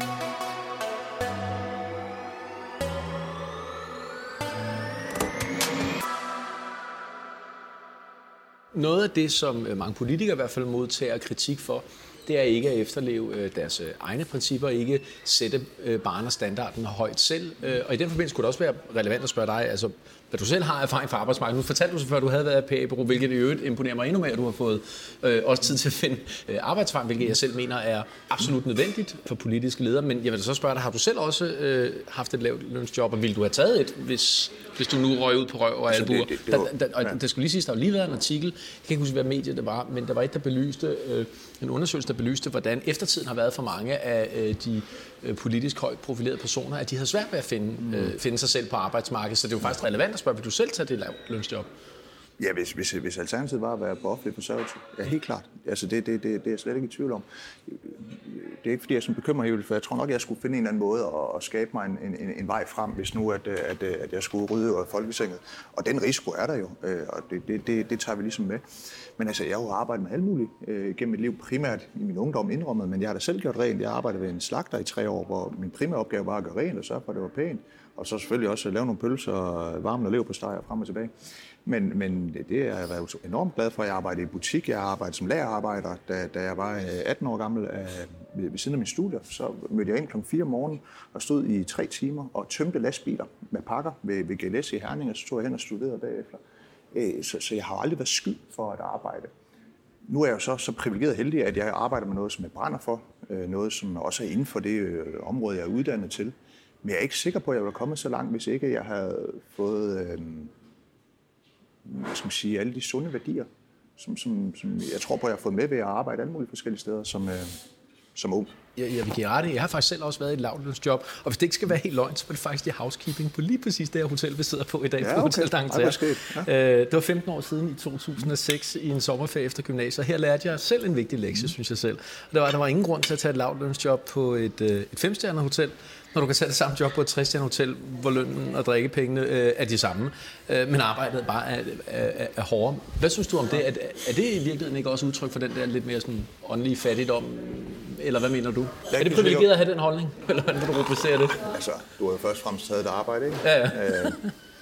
Noget af det, som mange politikere i hvert fald modtager kritik for, det er ikke at efterleve deres egne principper, ikke sætte barren og standarden højt selv. Og i den forbindelse kunne det også være relevant at spørge dig, altså, hvad du selv har erfaring fra arbejdsmarkedet. Nu fortalte du så før, at du havde været P A-bureau, hvilket i øvrigt imponerer mig endnu mere, at du har fået øh, også tid til at finde øh, arbejdsfang, hvilket jeg selv mener er absolut nødvendigt for politiske ledere. Men jeg vil så spørge dig, har du selv også øh, haft et lavt lønsjob, og ville du have taget et, hvis, hvis du nu røg ud på røv og albuer? Det, det, det, var, der, der, og ja. Der skulle lige siges, der har lige været en artikel, jeg kan ikke huske, hvad medie det var, men der var et, der belyste, øh, en undersøgelse, der belyste, hvordan eftertiden har været for mange af øh, de øh, politisk højt profilerede personer, at de havde svært ved at finde, øh, finde sig selv på arbejdsmarkedet. Så det er jo faktisk relevant at spørge, vil du selv tage det lavt lønsjob? Ja, hvis, hvis, hvis alternativet var at være på offentlig forsørgelse. Ja, helt klart. Altså, det, det, det, det er jeg slet ikke i tvivl om. Det er ikke, fordi jeg er bekymret, for jeg tror nok, at jeg skulle finde en eller anden måde at, at skabe mig en, en, en vej frem, hvis nu, at, at, at jeg skulle rydde ud af Folketinget. Og den risiko er der jo, og det, det, det, det tager vi ligesom med. Men altså, jeg har jo arbejdet med alt muligt øh, gennem mit liv, primært i min ungdom indrømmet, men jeg har da selv gjort rent. Jeg arbejdede ved en slagter i tre år, hvor min primære opgave var at gøre rent og sørge for, at det var pænt. Og så selvfølgelig også lave nogle pølser og varme og leverpostej og frem og tilbage. Men, men det, det er jeg været enormt glad for. Jeg arbejdede i butik, jeg arbejdede som lagerarbejder, da, da jeg var atten år gammel øh, ved, ved siden af min studier. Så mødte jeg ind klokken fire om morgenen og stod i tre timer og tømte lastbiler med pakker ved, ved G L S i Herning, og så tog jeg hen og studerede bagefter. Øh, så, så jeg har aldrig været sky for at arbejde. Nu er jeg jo så, så privilegeret og heldig, at jeg arbejder med noget, som jeg brænder for. Øh, noget, som også er inden for det øh, område, jeg er uddannet til. Men jeg er ikke sikker på, at jeg ville komme så langt, hvis ikke jeg havde fået øh, hvad skal man sige, alle de sunde værdier, som, som, som jeg tror på, at jeg har fået med ved at arbejde alle mulige forskellige steder som, øh, som ung. Jeg, jeg vil give ret i. Jeg har faktisk selv også været i et lavtlønsjob, og hvis det ikke skal være helt løgn, så var det faktisk det housekeeping på lige præcis det her hotel, vi sidder på i dag. Ja, på okay. Hotel D'Angleterre. Ja. Det var femten år siden i to tusind og seks i en sommerferie efter gymnasiet. Her lærte jeg selv en vigtig lektie, mm. synes jeg selv. Der var, der var ingen grund til at tage et lavtlønsjob på et, et femstjernet hotel, når du kan tage det samme job på et tre-stjernet hotel, hvor lønnen og drikkepengene øh, er de samme, øh, men arbejdet bare er, er, er hårdere. Hvad synes du om det? Er, er det i virkeligheden ikke også udtryk for den der lidt mere sådan åndelige fattigdom, eller hvad mener du? Jeg er det privilegeret at have den holdning, eller hvordan vil du rubricere det? Altså, du har jo først og fremmest taget et arbejde, ikke? Ja, ja. Øh,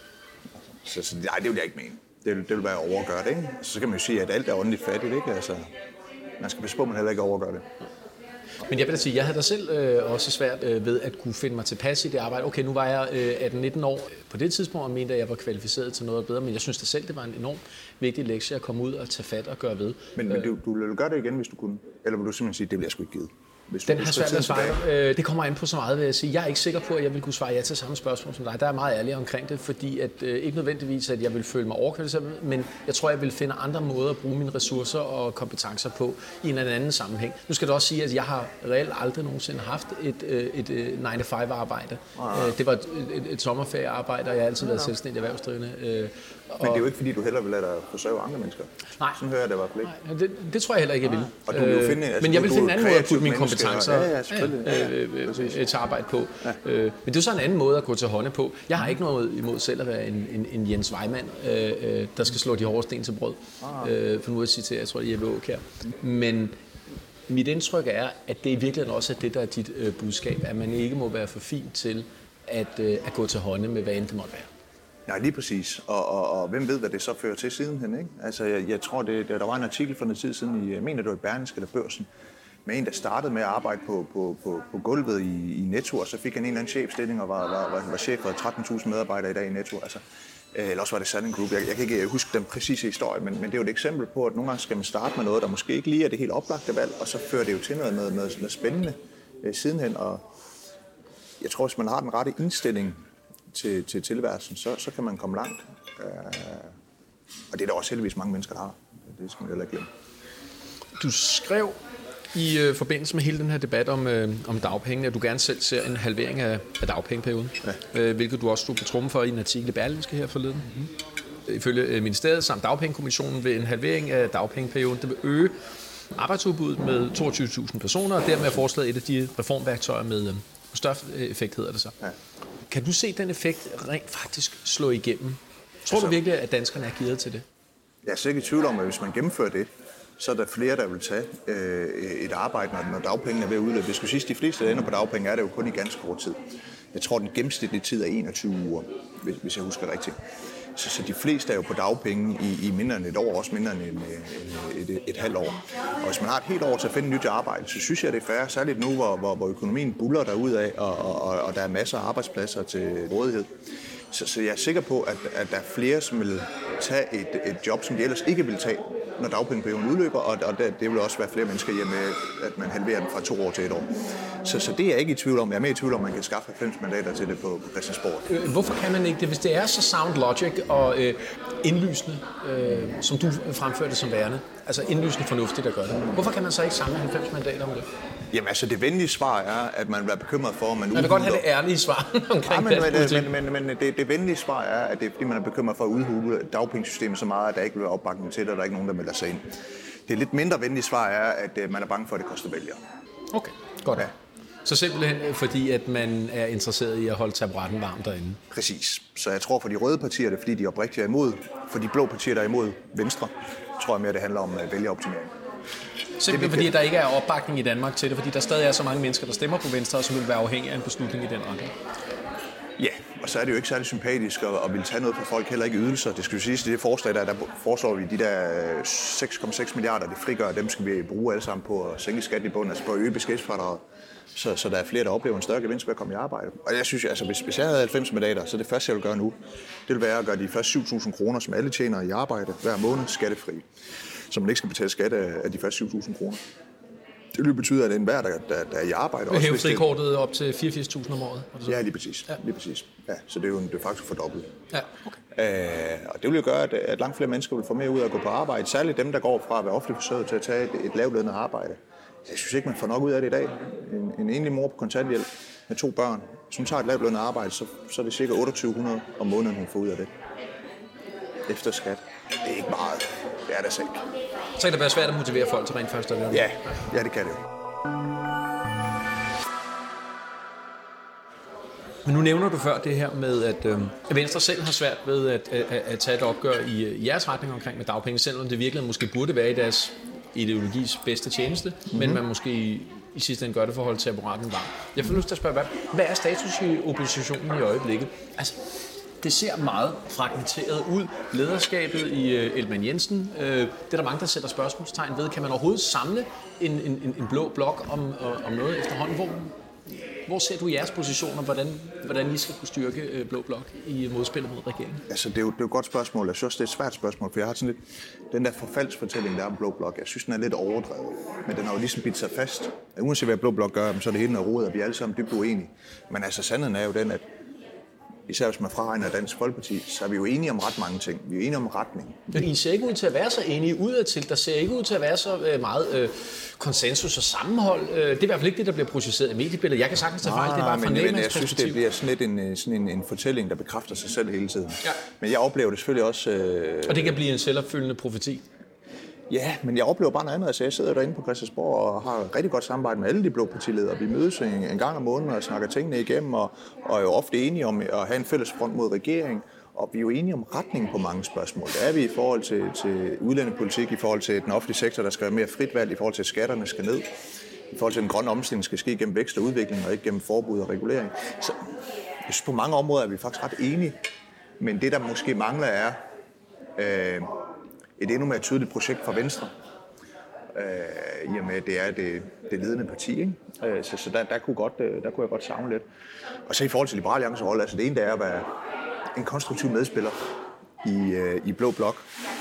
så, så nej, det vil jeg ikke mene. Det vil, det vil være at overgøre det, ikke? Så kan man jo sige, at alt er åndeligt fattigt, ikke? Altså, man skal passe på, at man heller ikke overgør det. Men jeg vil da sige, jeg havde da selv øh, også svært øh, ved at kunne finde mig tilpas i det arbejde. Okay, nu var jeg øh, atten nitten år på det tidspunkt, og mente, at jeg var kvalificeret til noget bedre, men jeg synes da selv, det var en enormt vigtig lektie at komme ud og tage fat og gøre ved. Men, men du, du ville gøre det igen, hvis du kunne? Eller vil du simpelthen sige, at det bliver sgu ikke givet? Den har svært at svare. Øh, det kommer an på så meget, vil jeg sige. Jeg er ikke sikker på, at jeg vil kunne svare ja til samme spørgsmål som dig. Der er meget ærlig omkring det, fordi at, øh, ikke nødvendigvis, at jeg vil føle mig overkvalificeret, men jeg tror, jeg vil finde andre måder at bruge mine ressourcer og kompetencer på i en anden sammenhæng. Nu skal det også sige, at jeg har reelt aldrig nogensinde haft et, et, et nine to five arbejde. Ah. Det var et, et, et sommerferiearbejde, og jeg har altid været selvstændig erhvervsdrivende. Øh, Men det er jo ikke, fordi du heller vil lade dig forsørge andre mennesker. Nej. Sådan hører jeg det i hvert fald ikke. Nej, det, det tror jeg heller ikke, jeg vil. Og du vil jo finde, altså, men jeg vil finde en anden måde at putte mine mennesker, kompetencer ja, ja, selvfølgelig. Ja, ja, øh, øh, til arbejde på. Ja. Øh, men det er jo så en anden måde at gå til hånde på. Jeg har ikke noget imod selv at være en, en, en Jens Weimann, øh, øh, der skal slå de hårde sten til brød. Ah. Øh, for nu at citere, jeg tror, det er Jeppe Aakjær. Men mit indtryk er, at det i virkeligheden også er det, der er dit øh, budskab, at man ikke må være for fin til at, øh, at gå til hånde med, hvad end det måtte være. Nej, lige præcis. Og, og, og hvem ved, hvad det så fører til sidenhen, ikke? Altså, jeg, jeg tror, det, der var en artikel for noget tid siden i, jeg mener, det var i Berlingske eller Børsen, med en, der startede med at arbejde på, på, på, på gulvet i, i Netto, og så fik han en eller anden chefstilling og var, var, var, var chef for tretten tusind medarbejdere i dag i Netto. Altså, eller også var det Salling Group. Jeg, jeg kan ikke huske den præcise historie, men, men det er jo et eksempel på, at nogle gange skal man starte med noget, der måske ikke lige er det helt oplagte valg, og så fører det jo til noget, noget, noget, noget spændende øh, sidenhen. Og jeg tror, hvis man har den rette indstilling til, til tilværelsen, så, så kan man komme langt. Øh, og det er der også heldigvis mange mennesker, der har. Det skal man heller ikke glemme. Du skrev i øh, forbindelse med hele den her debat om, øh, om dagpenge, at du gerne selv ser en halvering af, af dagpengeperioden, ja. øh, hvilket du også stod på trummen for i en artikel i Berlingske her forleden. Mm-hmm. Ifølge øh, ministeriet samt dagpengekommissionen vil en halvering af dagpengeperioden, det vil øge arbejdsudbuddet med toogtyve tusind personer, og dermed er forslaget et af de reformværktøjer med øh, størst effekt, hedder det så. Ja. Kan du se den effekt rent faktisk slå igennem? Tror altså, du virkelig, at danskerne er gearet til det? Jeg er sikkert i tvivl om, at hvis man gennemfører det, så er der flere, der vil tage øh, et arbejde, når, når dagpengene er ved at udløbe. Det skulle sige, at de fleste, der ender på dagpenge, er det jo kun i ganske kort tid. Jeg tror, den gennemsnitlige tid er enogtyve uger, hvis, hvis jeg husker rigtigt. Så, så de fleste er jo på dagpenge i, i mindre end et år, også mindre end et, et, et, et halvt år. Og hvis man har et helt år til at finde nyt arbejde, så synes jeg, det er fair, særligt nu, hvor, hvor, hvor økonomien buller derudad, og, og, og der er masser af arbejdspladser til rådighed. Så, så jeg er sikker på, at, at der er flere, som vil tage et, et job, som de ellers ikke vil tage, når dagpengeperioden udløber, og, og det, det vil også være flere mennesker hjemme, at man halverer den fra to år til et år. Så, så det er jeg ikke i tvivl om. Jeg er mere i tvivl om, at man kan skaffe halvfems mandater til det på, på Christiansborg. Hvorfor kan man ikke det? Hvis det er så sound logic og øh, indlysende, øh, som du fremførte som værende, altså indlysende fornuftigt at gøre det, hvorfor kan man så ikke samle halvfems mandater om det? Jamen altså, det venlige svar er, at man vil være bekymret for, at man udhuler... Jeg vil godt have det ærlige svar omkring ja, men, men, men, men, men det, det venlige svar er, at det er, fordi man er bekymret for at udhule dagpengesystemet så meget, at der ikke vil være opbakning til det, og der er ikke nogen, der melder sig ind. Det lidt mindre venlige svar er, at man er bange for, at det koster vælgere. Okay, godt. Ja. Så simpelthen fordi, at man er interesseret i at holde taburetten varm derinde? Præcis. Så jeg tror for de røde partier, det er fordi, de oprigtigt er imod. For de blå partier, der er imod Venstre, tror jeg mere, det handler om vælgeroptimering. Simpelthen fordi, der ikke er opbakning i Danmark til det, fordi der stadig er så mange mennesker, der stemmer på Venstre, og som vil være afhængige af en beslutning i den retning. Ja, og så er det jo ikke særlig sympatisk at, at ville tage noget på folk, heller ikke ydelser. Det skal jo siges, at det forslag, der, der foreslår vi de der seks komma seks milliarder, det frigør, dem skal vi bruge alle sammen på at sænke skatten i bunden, altså på at øge beskæftigelsesfradraget, så, så der er flere, der oplever en større gevinst ved at komme i arbejde. Og jeg synes, altså hvis, hvis jeg havde halvfems mandater, så det første, jeg vil gøre nu, det vil være at gøre de første syv tusind kroner, som alle tjener i arbejde hver måned, skattefri. Så man ikke skal betale skat af de første syv tusind kroner. Det vil betyde, at enhver, der, der, der er i arbejde... Vil hæve frikortet op til fireogfirs tusind om året? Ja, lige præcis. Ja. Lige præcis. Ja, så det er jo en, det er faktisk fordoblet. Ja, okay. Øh, og det vil jo gøre, at, at langt flere mennesker vil få mere ud af at gå på arbejde. Særligt dem, der går fra at være offentligt forsørget til at tage et, et lavtlønnet arbejde. Jeg synes ikke, man får nok ud af det i dag. En, en enlig mor på kontanthjælp med to børn, som tager et lavtlønnet arbejde, så, så er det cirka otteogtyve hundrede om måneden, hun får ud af det. Efter skat. Det er ikke meget. Det er det ikke. Så kan det være svært at motivere folk til rent først at ja, ja, det kan det jo. Men nu nævner du før det her med, at øh, Venstre selv har svært ved at, at, at tage et opgør i, i jeres retning omkring med dagpenge, selvom det virkelig måske burde være i deres ideologis bedste tjeneste, mm-hmm. men man måske i sidste ende gør det for at holde taburetten varm. Jeg får lyst til at spørge, hvad, hvad er status i oppositionen i øjeblikket? Altså, det ser meget fragmenteret ud. Lederskabet i uh, Ellemann Jensen, uh, det er der mange, der sætter spørgsmålstegn ved. Kan man overhovedet samle en, en, en blå blok om, om noget efterhånden? Hvor, hvor ser du jeres positioner, hvordan, hvordan I skal kunne styrke uh, blå blok i modspillet mod regeringen? Altså, det er jo, det er jo et godt spørgsmål. Jeg synes, det er et svært spørgsmål, for jeg har sådan lidt... Den der forfaldsfortælling, der er om blå blok, jeg synes, den er lidt overdrevet. Men den har jo ligesom bidt sig fast. Uanset hvad blå blok gør, så er det hele noget rodet, og vi er alle sammen dybt uenige. Men altså, sandheden er jo den, at især hvis man fraregner Dansk Folkeparti, så er vi jo enige om ret mange ting. Vi er jo enige om retning. Men I ser ikke ud til at være så enige udadtil. Der ser ikke ud til at være så meget øh, konsensus og sammenhold. Øh, det er i hvert fald ikke det, der bliver processeret i mediebilledet. Jeg kan sagtens tage fejl, det er bare fra men, men jeg synes, det bliver sådan lidt en, sådan en, en fortælling, der bekræfter sig selv hele tiden. Ja. Men jeg oplever det selvfølgelig også... Øh... Og det kan blive en selvopfyldende profeti. Ja, men jeg oplever bare noget andet. Altså, jeg sidder derinde på Christiansborg og har rigtig godt samarbejde med alle de blå partiledere. Vi mødes en, en gang om måneden og snakker tingene igennem, og, og er jo ofte enige om at have en fælles front mod regeringen. Og vi er jo enige om retning på mange spørgsmål. Det er vi i forhold til, til udlændingepolitik, i forhold til den offentlige sektor, der skal være mere frit valg, i forhold til at skatterne skal ned, i forhold til den grønne omstilling skal ske gennem vækst og udvikling, og ikke gennem forbud og regulering. Så jeg synes, på mange områder er vi faktisk ret enige. Men det, der måske mangler, er... Øh, et endnu mere tydeligt projekt fra Venstre, øh, i og med, at det er det, det ledende parti. Ikke? Øh, så så der, der, kunne godt, der kunne jeg godt savne lidt. Og så i forhold til Liberal Alliances rolle, altså det ene, der er at være en konstruktiv medspiller i, øh, i blå blok.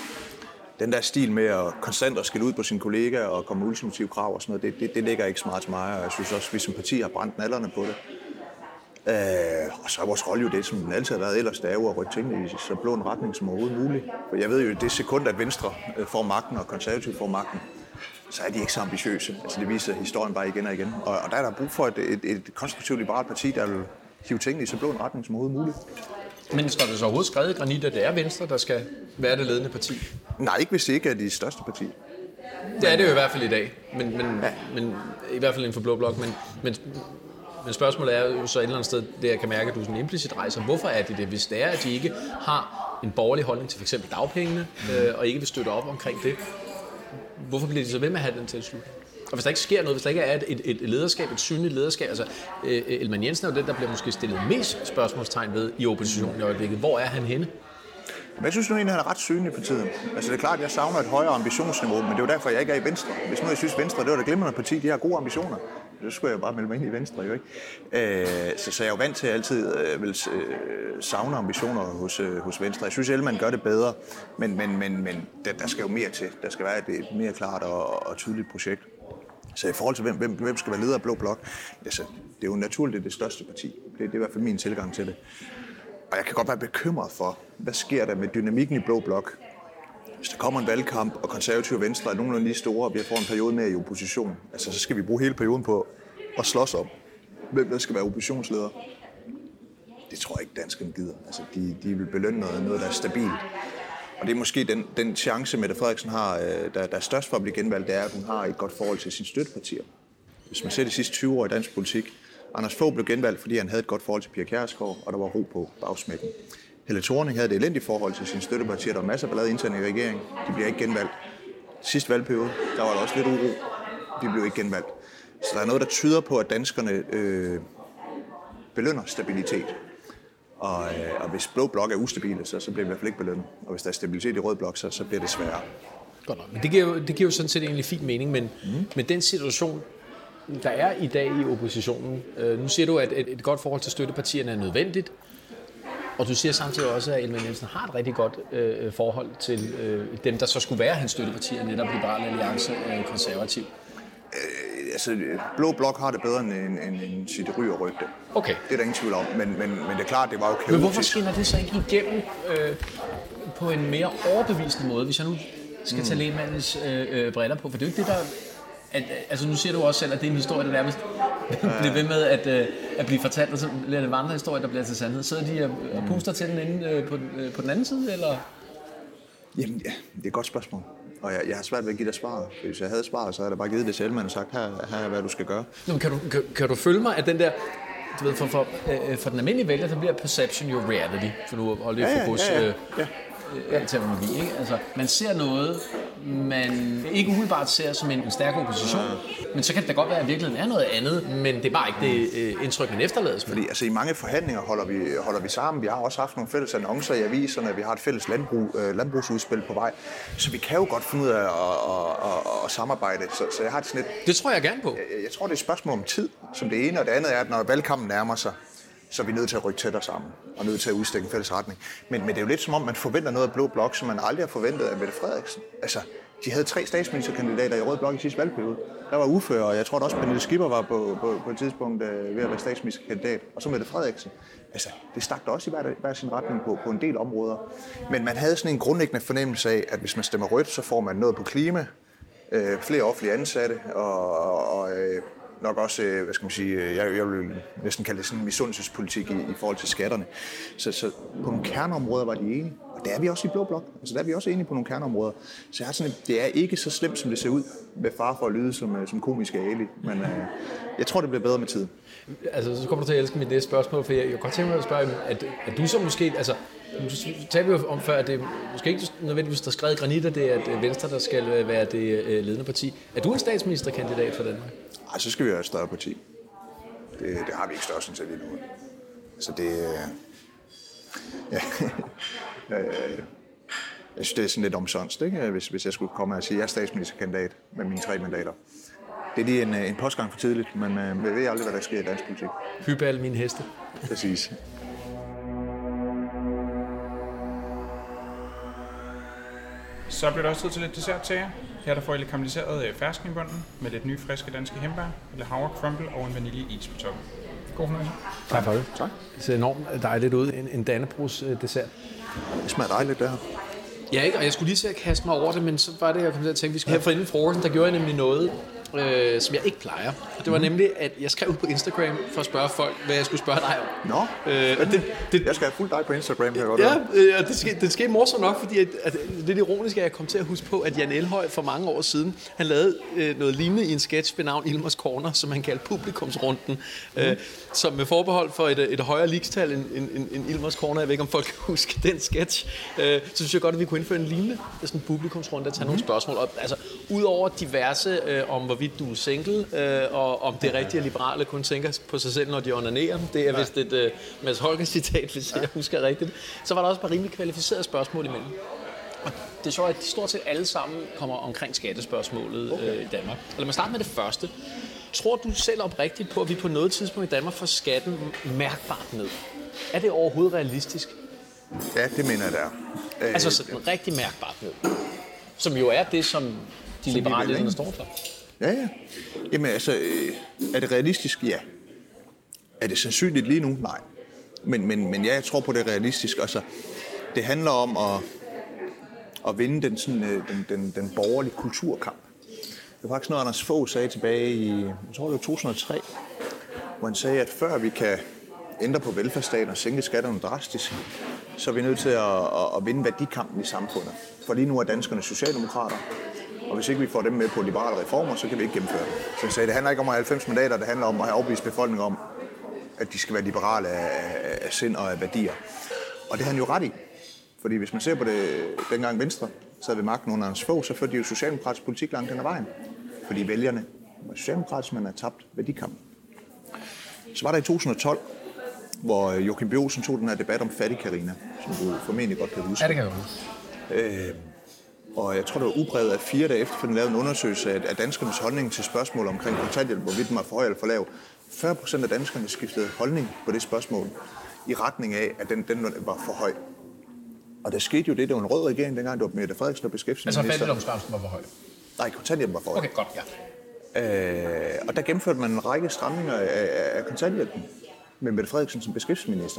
Den der stil med at konstant at skille ud på sine kollegaer og komme med ultimative krav og sådan noget, det, det, det ligger ikke så meget til mig, og jeg synes også, at vi som parti har brændt nallerne på det. Øh, og så er vores rolle jo det, som den altid har været, ellers det er jo at rykke tingene i så blå en retning som overhovedet muligt. For jeg ved jo, at det sekund, at Venstre får magten og Konservative får magten, så er de ikke så ambitiøse. Altså det viser historien bare igen og igen. Og, og der er der brug for et, et, et konstruktivt liberalt parti, der vil hive tingene i så blå en retning som overhovedet muligt. Men står det så overhovedet skrevet i granit, at det er Venstre, der skal være det ledende parti? Nej, ikke hvis det ikke er de største parti. Det er det jo i hvert fald i dag, men, men, ja. men i hvert fald inden for blå blok. Men, men, men spørgsmålet er jo så et eller andet sted, det jeg kan mærke, at du sådan implicit rejser. Hvorfor er det det, hvis det er, at de ikke har en borgerlig holdning til f.eks. dagpengene, øh, og ikke vil støtte op omkring det? Hvorfor bliver de så ved med at have den tilslutning? Og hvis der ikke sker noget, hvis der ikke er et, et, et lederskab, et synligt lederskab, altså øh, Ellemann Jensen er jo den, der bliver måske stillet mest spørgsmålstegn ved i oppositionen i øjeblikket. Hvor er han henne? Men jeg synes nu egentlig, han er ret synlig på tiden. Altså det er klart, at jeg savner et højere ambitionsniveau, men det er jo derfor, jeg ikke er i Venstre. Hvis nu jeg synes, Venstre det var det glimrende parti, de har gode ambitioner, så skulle jeg jo bare melde mig ind i Venstre, jo ikke? Øh, så, så jeg er jo vant til at altid øh, vil øh, savne ambitioner hos, øh, hos Venstre. Jeg synes, at man gør det bedre, men, men, men, men der, der skal jo mere til. Der skal være et, et mere klart og, og tydeligt projekt. Så i forhold til, hvem, hvem, hvem skal være leder af Blå Blok, altså, det er jo naturligt det største parti. Det, det er i hvert fald min tilgang til det. Og jeg kan godt være bekymret for, hvad sker der med dynamikken i Blå Blok, hvis der kommer en valgkamp, og Konservative og Venstre er nogenlunde lige store, og vi får en periode mere i opposition. Altså, så skal vi bruge hele perioden på at slås om, hvem der skal være oppositionsleder. Det tror jeg ikke, danskerne gider. Altså, de, de vil belønne noget, noget, der er stabilt. Og det er måske den, den chance, Mette Frederiksen har, der, der er størst for at blive genvalgt, det er, at hun har et godt forhold til sine støttepartier. Hvis man ser de sidste tyve år i dansk politik, Anders Fogh blev genvalgt, fordi han havde et godt forhold til Pia Kjærsgaard, og der var ro på bagsmækken. Helle Thorning havde et elendigt forhold til sine støttepartier, der var masser af ballade internt i regeringen. De bliver ikke genvalgt. Sidste valgperiode, der var der også lidt uro. De blev ikke genvalgt. Så der er noget, der tyder på, at danskerne øh, belønner stabilitet. Og, øh, og hvis Blå Blok er ustabile, så, så bliver det i hvert fald ikke belønnet. Og hvis der er stabilitet i Rød Blok, så, så bliver det sværere. Godt nok. Men det giver jo, det giver jo sådan set egentlig fin mening, men mm. med den situation, der er i dag i oppositionen, øh, nu siger du, at et, et godt forhold til støttepartierne er nødvendigt, og du siger samtidig også, at Ellemann Jensen har et rigtig godt øh, forhold til øh, dem, der så skulle være hans støttepartier, netop Liberal Alliance og Konservativ. Øh, altså, Blå Blok har det bedre end, end, end sit ry og rygte. Okay. Det er der ingen tvivl om, men, men, men det er klart, det var jo kaotisk. Men hvorfor skinner det så ikke igennem øh, på en mere overbevisende måde, hvis jeg nu skal mm. tage lægmandens øh, øh, briller på? For det er jo ikke det, der... At, altså nu siger du også selv, at det er en historie, der nærmest bliver ved med at, øh, at blive fortalt, og så bliver det vandrehistorie, der bliver til sandhed. Sidder de og, og puster til den inde øh, på, øh, på den anden side, eller? Jamen ja, det er et godt spørgsmål. Og jeg, jeg har svært ved at give dig svar. Hvis jeg havde svaret, så havde jeg bare givet det til Ellemann og sagt, her, her er hvad du skal gøre. Nå, kan, du, kan, kan du følge mig, at den der, du ved, for, for, øh, for den almindelige vælger, der bliver perception jo reality, for nu holder det ja, fokus ja, ja, ja. Øh, ja. terminologi, ikke? Altså, man ser noget, man ikke umiddelbart ser som en, en stærk opposition. Ja. Men så kan det da godt være, at virkeligheden er noget andet, men det er bare ikke det øh, indtryk, man efterlades med. Fordi altså, i mange forhandlinger holder vi, holder vi sammen. Vi har også haft nogle fælles annoncer i aviserne, vi har et fælles landbrug, øh, landbrugsudspil på vej. Så vi kan jo godt finde ud af at, at, at, at samarbejde. Så, så jeg har det sådan lidt... Det tror jeg gerne på. Jeg, jeg tror, det er et spørgsmål om tid, som det ene, og det andet er, at når valgkampen nærmer sig, så er vi nødt til at rykke tættere sammen, og nødt til at udstikke en fælles retning. Men, men det er jo lidt som om, man forventer noget af Blå Blok, som man aldrig har forventet af Mette Frederiksen. Altså, de havde tre statsministerkandidater i Rød Blok i sidste valgperiode. Der var Uffe, og jeg tror også, Pernille Skipper var på, på, på et tidspunkt øh, ved at være statsministerkandidat. Og så Mette Frederiksen. Altså, det stak der også i hver, hver sin retning på, på en del områder. Men man havde sådan en grundlæggende fornemmelse af, at hvis man stemmer rødt, så får man noget på klima, øh, flere offentlige ansatte, og, og øh, nok også, hvad skal man sige, jeg, jeg vil næsten kalde det sådan en misundelsespolitik i, i forhold til skatterne. Så, så på nogle kerneområder var de enige. Og der er vi også i Blå Blok. Altså der er vi også enige på nogle kerneområder. Så jeg har sådan, det er ikke så slemt, som det ser ud, med far for at lyde som, som komiske Ali. Men øh, jeg tror, det bliver bedre med tiden. Altså, så kommer du til at elske mit næste spørgsmål, for jeg, jeg kan godt tænke mig at spørge, at, at du så måske, altså, nu talte vi jo om før, at det måske ikke nødvendigvis der skrevet granit, at det er at Venstre, der skal være det ledende parti. Er du en statsministerkandidat for Danmark? Ej, så skal vi have et større parti. Det, det har vi ikke større til lige nu. Altså det... Ja, jeg synes, det er sådan lidt omsonst, ikke? Hvis, hvis jeg skulle komme og sige, at jeg er statsministerkandidat med mine tre mandater. Det er lige en, en postgang for tidligt, men vi ved aldrig, hvad der sker i dansk politik. Hyppe alle mine heste. Præcis. Så bliver der også tid til lidt dessert til jer. Her der får I lidt karamelliseret fersken i bunden med lidt nye, friske danske hindbær, lidt havre crumble og en vaniljeis på toppen. God fornøjelse. Tak for det. Tak. Det ser enormt dejligt ud. En, en Dannebrogs dessert. Det smager dejligt, det her. Ja, ikke? Og jeg skulle lige til at kaste mig over det, men så var det, jeg kom til at tænke, vi skulle her for inden frokosten, der gjorde jeg nemlig noget, øh, som jeg ikke plejer. Og det var nemlig, at jeg skrev ud på Instagram for at spørge folk, hvad jeg skulle spørge dig om. Nå, øh, og det, det, jeg skal have fulgt dig på Instagram, kan jeg godt Ja, øh, og det skete, det skete morsomt nok, fordi at, at, lidt ironisk, at jeg kom til at huske på, at Jan Elhøj for mange år siden, han lavede øh, noget lignende i en sketch ved navn Ilmers Corner, som han kaldte Publikumsrunden, mm. øh, som med forbehold for et, et højere ligestal end, end, end, end Ilmers Corner. Jeg ved ikke, om folk kan huske den sketch. Øh, så synes jeg godt, at vi kunne indføre en lignende sådan en publikumsrunde, at tage mm. nogle spørgsmål op. Altså, udover diverse øh, om, hvorvidt du er single, øh, og om det rigtige liberale kun tænker på sig selv, når de onanerer. Det er ja. vist et øh, Mads Holger-citat, hvis ja. jeg husker rigtigt. Så var der også bare rimelig kvalificerede spørgsmål imellem. Og det er så, at de stort set alle sammen kommer omkring skattespørgsmålet okay. øh, i Danmark. Og lad mig starte med det første. Tror du selv oprigtigt på, at vi på noget tidspunkt i Danmark får skatten mærkbart ned? Er det overhovedet realistisk? Ja, det mener jeg, det er. Øh, altså sådan rigtig mærkbart ned. Som jo er det, som de som liberale står for. Ja, ja. Jamen altså, er det realistisk? Ja. Er det sandsynligt lige nu? Nej. Men, men, men ja, jeg tror på, det er realistisk. Altså, det handler om at, at vinde den, sådan, den, den, den borgerlige kulturkamp. Det var faktisk noget, Anders Fogh sagde tilbage i, jeg tror det var to tusind og tre, hvor han sagde, at før vi kan ændre på velfærdsstaten og sænke skatterne drastisk, så er vi nødt til at, at, at vinde værdikampen i samfundet. For lige nu er danskerne socialdemokrater, og hvis ikke vi får dem med på liberale reformer, så kan vi ikke gennemføre det. Så han sagde, det handler ikke om at have halvfems mandater, det handler om at have overbevist befolkningen om, at de skal være liberale af, af sind og af værdier. Og det har han jo ret i. Fordi hvis man ser på det, dengang Venstre sad ved magten under Anders Fogh, så førte de jo socialdemokratisk politik langt den ad vejen. Fordi vælgerne var socialdemokratisk, man har tabt værdikampen. Så var der i to tusind og tolv, hvor Joachim B. Olsen tog den her debat om fattig-Carina, som du formentlig godt kan huske. Ja, det kan jeg huske. Øh, og jeg tror, det var ubredet af fire dage efter, for den lavede en undersøgelse af danskernes holdning til spørgsmål omkring kontanthjælp, hvorvidt den var for høj eller for lav. fyrre procent af danskerne skiftede holdning på det spørgsmål, i retning af, at den, den var for høj. Og der skete jo det, det var en rød regering dengang, det var Mette Frederiksen, der beskæftigede minister. Altså fattigdomsgrænsen var for høj? Nej, kontanthjælpen var for høj. Okay, godt, ja. Øh, og der gennemførte man en række stramninger af, af kontanthjælpen med Mette Frederiksen som beskæftigelsesminister.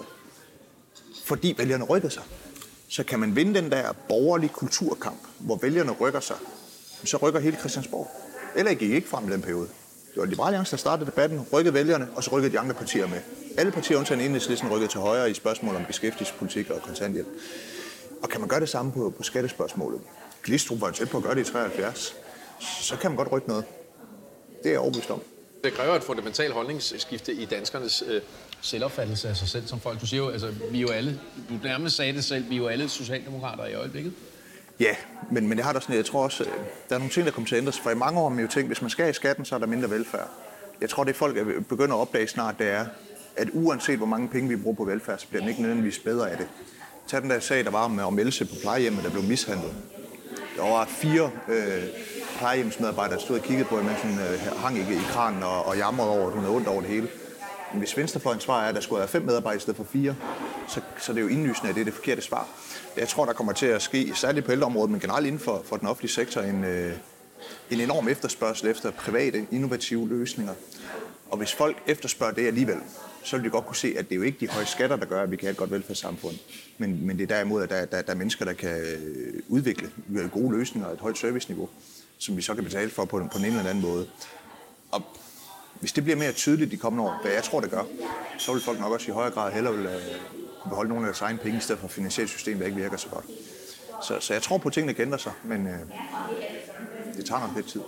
Fordi vælgerne rykkede sig. Så kan man vinde den der borgerlige kulturkamp, hvor vælgerne rykker sig, så rykker hele Christiansborg. Eller gik ikke frem i den periode. Det var Liberal Alliance, der startede debatten, rykkede vælgerne, og så rykkede de andre partier med. Alle partier undtagen Enhedslisten rykkede til højre i spørgsmål om beskæftigelsespolitik og kontanthjælp. Og kan man gøre det samme på, på skattespørgsmålet? Glistrup var tæt på at gøre det i treoghalvfjerds. Så kan man godt rykke noget. Det er jeg overbevist om. Det kræver et fundamentalt holdningsskifte i danskernes øh, selvopfattelse af sig selv som folk. Du siger jo, altså, vi er jo alle, du nærmest sagde det selv, vi er jo alle socialdemokrater i øjeblikket. Ja, men, men jeg har da sådan, jeg tror også, der er nogle ting, der kommer til at ændre sig. For i mange år har man jo tænkt, hvis man skal i skatten, så er der mindre velfærd. Jeg tror, det folk begynder at opdage snart, det er, at uanset hvor mange penge vi bruger på velfærd, så bliver den ikke nødvendigvis bedre af det. Tag den der sag, der var med om Else på plejehjemmet, der blev mishandlet. Der var fire øh, plejehjemsmedarbejdere, der stod og kiggede på, mens hun øh, hang i, i kranen og, og jamrede over, at hun havde ondt over det hele. Men hvis venstrefløjens svar er, at der skulle være fem medarbejdere i stedet for fire, så, så det er jo indlysende, at det er det forkerte svar. Jeg tror, der kommer til at ske, særligt på ældreområdet, men generelt inden for, for den offentlige sektor, en, øh, en enorm efterspørgsel efter private, innovative løsninger. Og hvis folk efterspørger det alligevel, så vil de godt kunne se, at det er jo ikke de høje skatter, der gør, at vi kan have et godt velfærdssamfund. Men, men det er derimod, at der, der, der er mennesker, der kan udvikle gode løsninger og et højt serviceniveau, som vi så kan betale for på, på en eller anden måde. Og hvis det bliver mere tydeligt de kommende år, hvad jeg tror, det gør, så vil folk nok også i højere grad hellere vil, uh, kunne beholde nogle af deres egne penge, i stedet for at finansiere et system, der ikke virker så godt. Så, så jeg tror på, at tingene kan ændre sig, men uh, det tager nok lidt tid.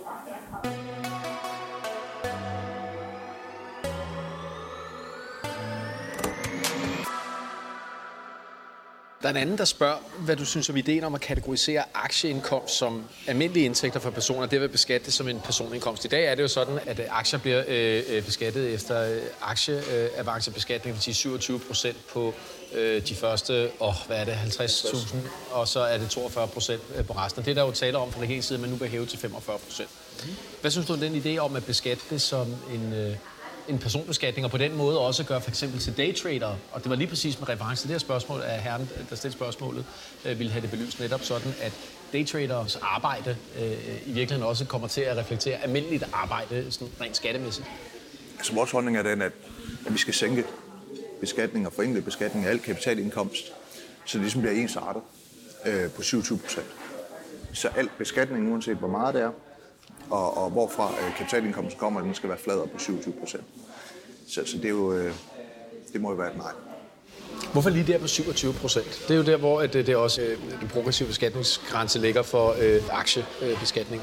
Der er en anden, der spørger, hvad du synes om ideen om at kategorisere aktieindkomst som almindelige indtægter for personer. Det vil beskattes som en personindkomst. I dag er det jo sådan, at aktier bliver øh, beskattet efter øh, aktieavancebeskatning, det vil sige syvogtyve procent på øh, de første, åh, hvad er det, halvtreds tusind, og så er det toogfyrre procent på resten. Og det er der jo taler om fra regeringens side, men nu vil hæve til femogfyrre procent. Hvad synes du om den idé om at beskatte det som en... Øh, en personbeskatning, og på den måde også gøre for eksempel til daytrader, og det var lige præcis med reference til det her spørgsmål, at herren, der stillede spørgsmålet, øh, ville have det belyst netop sådan, at daytraders arbejde øh, i virkeligheden også kommer til at reflektere almindeligt arbejde sådan rent skattemæssigt. Altså vores holdning er den, at, at vi skal sænke beskatning og forenkle beskatning af al kapitalindkomst, så det ligesom bliver ensartet øh, på syvogtyve procent. Så al beskatning, uanset hvor meget det er, Og, og hvorfra øh, kapitalindkomsten kommer, den skal være fladere på syvogtyve procent. Så, så det, er jo, øh, det må jo være et nej. Hvorfor lige der på syvogtyve procent? Det er jo der, hvor det, det også øh, den progressive beskatningsgrænse ligger for øh, aktiebeskatning.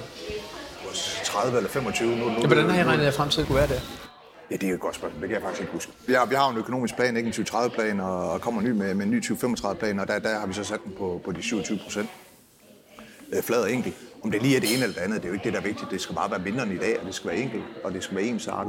tredive eller femogtyve. Nu, nu, ja, hvordan har I regnet jer frem til at kunne være der? Ja, det er jo et godt spørgsmål. Det kan jeg faktisk ikke huske. Vi har, vi har en økonomisk plan, ikke en tyve tredive plan, og, og kommer ny med, med en ny tyve femogtredive plan, og der, der har vi så sat den på, på de syvogtyve procent. Øh, flad og enkelt. Om det lige er det ene eller det andet, det er jo ikke det, der er vigtigt. Det skal bare være mindre end i dag, og det skal være enkelt, og det skal være ensartet.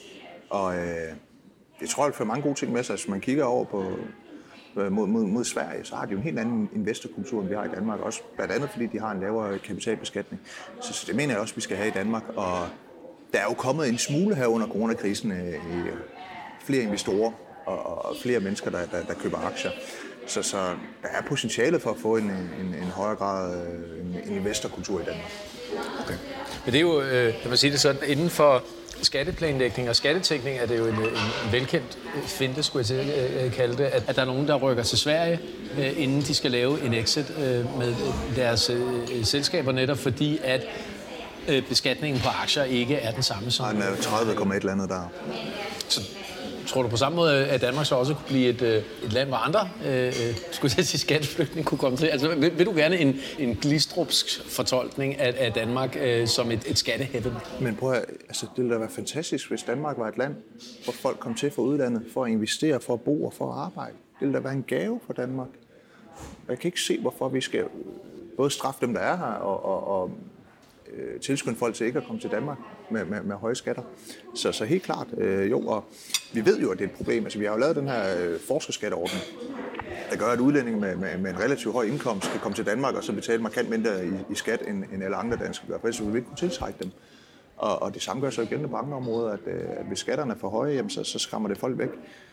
Og øh, det tror jeg, det får mange gode ting med sig. Hvis man kigger over på, øh, mod, mod, mod Sverige, så har de jo en helt anden investorkultur, end vi har i Danmark. Også blandt andet, fordi de har en lavere kapitalbeskatning. Så, så det mener jeg også, vi skal have i Danmark. Og der er jo kommet en smule her under coronakrisen øh, i flere investorer og, og flere mennesker, der, der, der køber aktier. Så, så der er potentiale for at få en, en, en højere grad en, en investorkultur i Danmark. Okay. Men det er jo, øh, kan man sige det sådan, inden for skatteplanlægning og skattetækning er det jo en, en, en velkendt finte, skulle jeg til øh, kalde det, at, at der er nogen, der rykker til Sverige, øh, inden de skal lave en exit øh, med deres øh, selskaber, netop fordi at øh, beskatningen på aktier ikke er den samme som... Nej, den er tredive komma et eller andet der. Så, tror du på samme måde, at Danmark så også kunne blive et, et land, hvor andre øh, skulle jeg sige, skatteflygtninge kunne komme til? Altså, vil, vil du gerne en, en Glistrupsk fortolkning af, af Danmark øh, som et, et skatteheaven? Men prøv at, altså, det ville da være fantastisk, hvis Danmark var et land, hvor folk kom til fra udlandet for at investere, for at bo og for at arbejde. Det ville da være en gave for Danmark. Jeg kan ikke se, hvorfor vi skal både straffe dem, der er her, og, og, og øh, tilskynde folk til ikke at komme til Danmark med, med, med høje skatter. Så, så helt klart, øh, jo, og vi ved jo, at det er et problem. Altså, vi har jo lavet den her øh, forskerskatteordning, der gør, at udlændinge med, med, med en relativt høj indkomst kan komme til Danmark og så betale markant mindre i, i skat, end, end alle andre danskere gør. For ellers vil vi ikke kunne tiltrække dem. Og, og det samme gør så igen på andre områder, at, at hvis skatterne er for høje, jamen, så, så skræmmer det folk væk.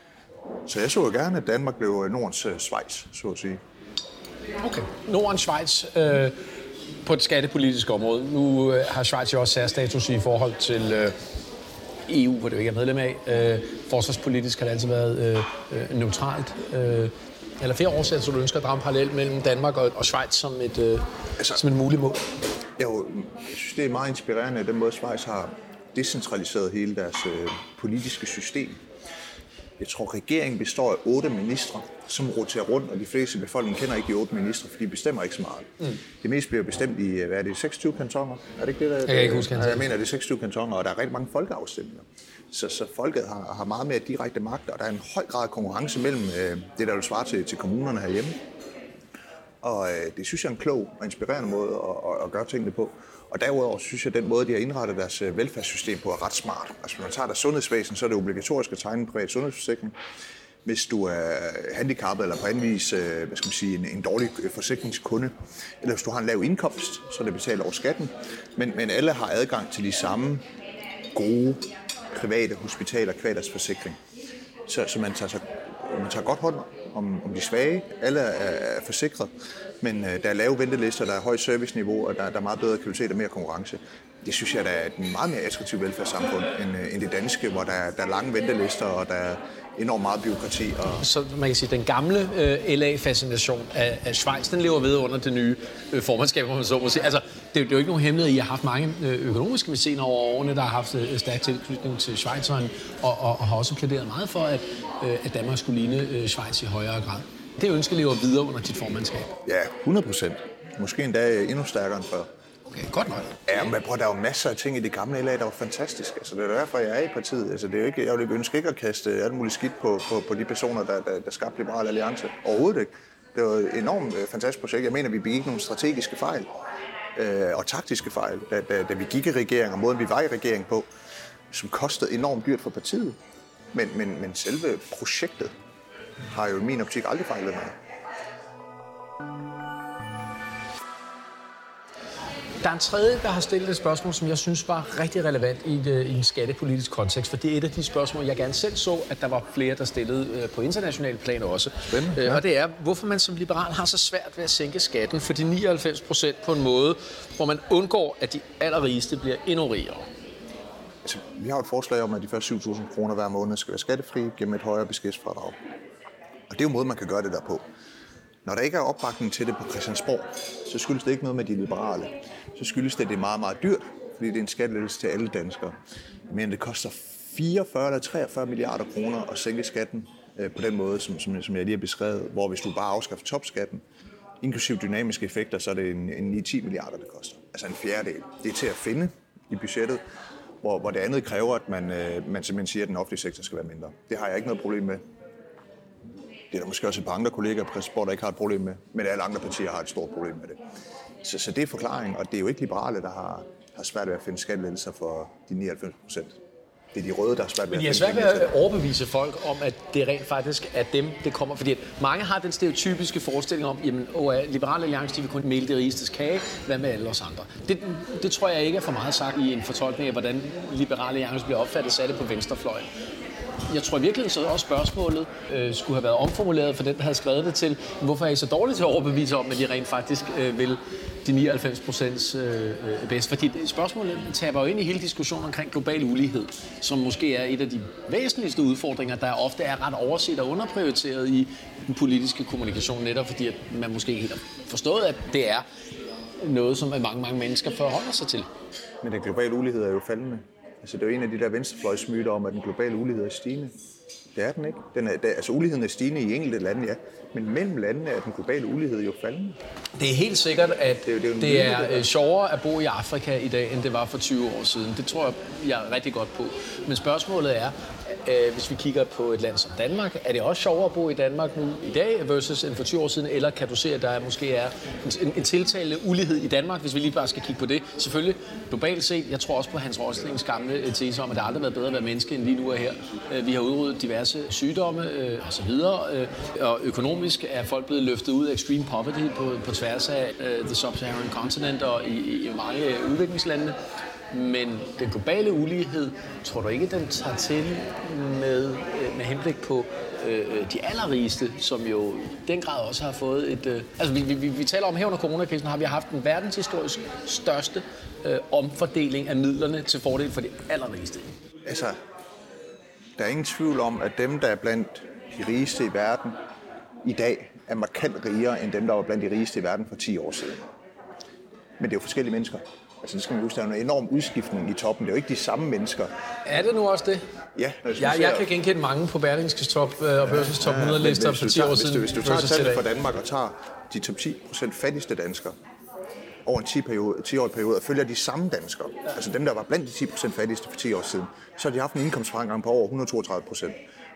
Så jeg så jo gerne, at Danmark blev Nordens uh, Schweiz, så at sige. Okay. Nordens Schweiz øh, på et skattepolitisk område. Nu øh, har Schweiz jo også særstatus i forhold til... Øh, E U, hvor det jo ikke er medlem af. Øh, forsvarspolitisk har det altid været øh, neutralt. Øh, eller flere årsager, så du ønsker at drage en parallel mellem Danmark og, og Schweiz som et, øh, altså, som et muligt mål? Jeg, jo, jeg synes, det er meget inspirerende, at den måde Schweiz har decentraliseret hele deres øh, politiske system. Jeg tror, regeringen består af otte ministre, som roterer rundt, og de fleste i befolkningen kender ikke de otte ministre, for de bestemmer ikke så meget. Mm. Det mest bliver bestemt i, hvad er det, seksogtyve kantoner? Er det ikke det, der? Jeg kan ikke huske, jeg mener, det er seksogtyve kantoner, og der er rigtig mange folkeafstemninger. Så, så folket har, har meget mere direkte magt, og der er en høj grad af konkurrence mellem øh, det, der vil svare til, til kommunerne herhjemme. Og øh, det synes jeg er en klog og inspirerende måde at, at, at gøre tingene på. Og derudover synes jeg, at den måde, de har indrettet deres velfærdssystem på, er ret smart. Altså, når man tager deres sundhedsvæsen, så er det obligatorisk at tegne en privat sundhedsforsikring. Hvis du er handicappet eller på anden vis hvad skal man sige, en, en dårlig forsikringskunde, eller hvis du har en lav indkomst, så er det betalt over skatten. Men, men alle har adgang til de samme gode private hospitaler, qua deres forsikring. Så, så man, tager, så man tager godt hånd om, om de svage. Alle er, er forsikret, men øh, der er lave ventelister, der er højt serviceniveau, og der, der er meget bedre kvalitet og mere konkurrence. Det synes jeg, der er et meget mere attraktivt velfærdssamfund end, end det danske, hvor der, der er lange ventelister, og der er enormt meget byråkrati. Og... Så man kan sige, at den gamle øh, L A-fascination af, af Schweiz, den lever ved under det nye øh, formandskab, hvor man så må sige. Altså, det, det er jo ikke nogen hemmelighed, I har haft mange øh, økonomiske mæcener over årene, der har haft øh, stærk tilknytning til Schweiz, og, og, og har også plæderet meget for, at, øh, at Danmark skulle ligne øh, Schweiz i højere grad. Det ønske lever videre under dit formandskab. Ja, hundrede procent. Måske endda endnu stærkere end før. Okay, godt nok. Ja, men prøv, der er jo masser af ting i det gamle L A, der var fantastisk. Altså, det er derfor, jeg er i partiet. Altså, det er jo ikke, jeg vil ønske ikke at kaste alt muligt skidt på, på, på de personer, der, der, der skabte Liberal Alliance. Overhovedet ikke. Det var et enormt øh, fantastisk projekt. Jeg mener, vi begik nogle strategiske fejl øh, og taktiske fejl, da, da, da vi gik i regering, og måden vi var i regering på, som kostede enormt dyrt for partiet. Men, men, men selve projektet har jo i min optik aldrig fejlet mig. Der er en tredje, der har stillet et spørgsmål, som jeg synes var rigtig relevant i, et, i en skattepolitisk kontekst, for det er et af de spørgsmål, jeg gerne selv så, at der var flere, der stillede på international plan også. Spændende, ja. Og det er, hvorfor man som liberal har så svært ved at sænke skatten for de nioghalvfems procent på en måde, hvor man undgår, at de allerrigeste bliver endnu rigere. Altså, vi har et forslag om, at de første syv tusind kroner hver måned skal være skattefri gennem et højere beskæftigelsesfradrag. Og det er jo en måde, man kan gøre det der på. Når der ikke er opbakning til det på Christiansborg, så skyldes det ikke noget med de liberale. Så skyldes det, at det er meget, meget dyrt, fordi det er en skattelettelse til alle danskere. Men det koster fireogfyrre eller treogfyrre milliarder kroner at sænke skatten øh, på den måde, som, som, som jeg lige har beskrevet, hvor hvis du bare afskaffer topskatten, inklusiv dynamiske effekter, så er det en, en ni til ti milliarder, det koster. Altså en fjerdedel. Det er til at finde i budgettet, hvor, hvor det andet kræver, at man, øh, man simpelthen siger, at den offentlige sektor skal være mindre. Det har jeg ikke noget problem med. Det er der måske også et par andre kolleger på Christiansborg, der ikke har et problem med, men alle andre partier har et stort problem med det. Så, så det er forklaringen, og det er jo ikke liberale, der har, har svært ved at finde skattelettelser for de nioghalvfems procent. Det er de røde, der har svært ved at finde skattelettelser. Men jeg er svært ved at overbevise folk om, at det rent faktisk er dem, det kommer. Fordi mange har den stereotypiske forestilling om, jamen, åh, Liberal Alliance, de vil kun male det rigestes kage, hvad med alle os andre? Det, det tror jeg ikke er for meget sagt i en fortolkning af, hvordan Liberal Alliance bliver opfattet, særligt på venstrefløjen. Jeg tror i virkeligheden så også spørgsmålet øh, skulle have været omformuleret for den, der havde skrevet det til. Hvorfor er I så dårligt til at overbevise om, at de rent faktisk øh, vil de nioghalvfems procent øh, bedst? Fordi spørgsmålet taber jo ind i hele diskussionen omkring global ulighed, som måske er et af de væsentligste udfordringer, der ofte er ret overset og underprioriteret i den politiske kommunikation, netop fordi at man måske ikke helt har forstået, at det er noget, som mange, mange mennesker forholder sig til. Men den globale ulighed er jo faldende. Altså, det er jo en af de der venstrefløjsmyter om, at den globale ulighed er stigende. Det er den ikke. Den er, der, altså, uligheden er stigende i enkelte lande, ja. Men mellem landene er den globale ulighed jo faldende. Det er helt sikkert, at det, det er, det er det sjovere at bo i Afrika i dag, end det var for tyve år siden. Det tror jeg, jeg er rigtig godt på. Men spørgsmålet er, øh, hvis vi kigger på et land som Danmark, er det også sjovere at bo i Danmark nu i dag versus end for tyve år siden? Eller kan du se, at der måske er en, en tiltagende ulighed i Danmark, hvis vi lige bare skal kigge på det? Selvfølgelig globalt set. Jeg tror også på Hans Roslings gamle tese om, at det aldrig har været bedre at være menneske end lige nu og her. Vi har udryddet diverse sygdomme øh, og så videre, øh, og økonomisk er folk blevet løftet ud af extreme poverty på, på tværs af uh, the sub-Saharan continent og i, i mange udviklingslande. Men den globale ulighed, tror du ikke, den tager til med, med henblik på øh, de allerrigeste, som jo i den grad også har fået et... Øh, altså, vi, vi, vi taler om her under coronakrisen, har vi haft en verdenshistorisk største øh, omfordeling af midlerne til fordel for de allerrigeste. Altså, der er ingen tvivl om, at dem, der er blandt de rigeste i verden i dag, er markant rigere end dem, der var blandt de rigeste i verden for ti år siden. Men det er jo forskellige mennesker. Altså, det skal man huske, der er en enorm udskiftning i toppen. Det er jo ikke de samme mennesker. Er det nu også det? Ja. Jeg, jeg kan genkende mange på Berlingskes top og Børsens top hundrede-lister ja, for ti år siden. Hvis du, hvis du tager tallet fra Danmark og tager de top ti procent fattigste danskere over en ti-årig periode og følger de samme danskere, ja. Altså dem, der var blandt de ti procent fattigste for ti år siden, så har de haft en indkomstfremgang på over et hundrede og toogtredive procent.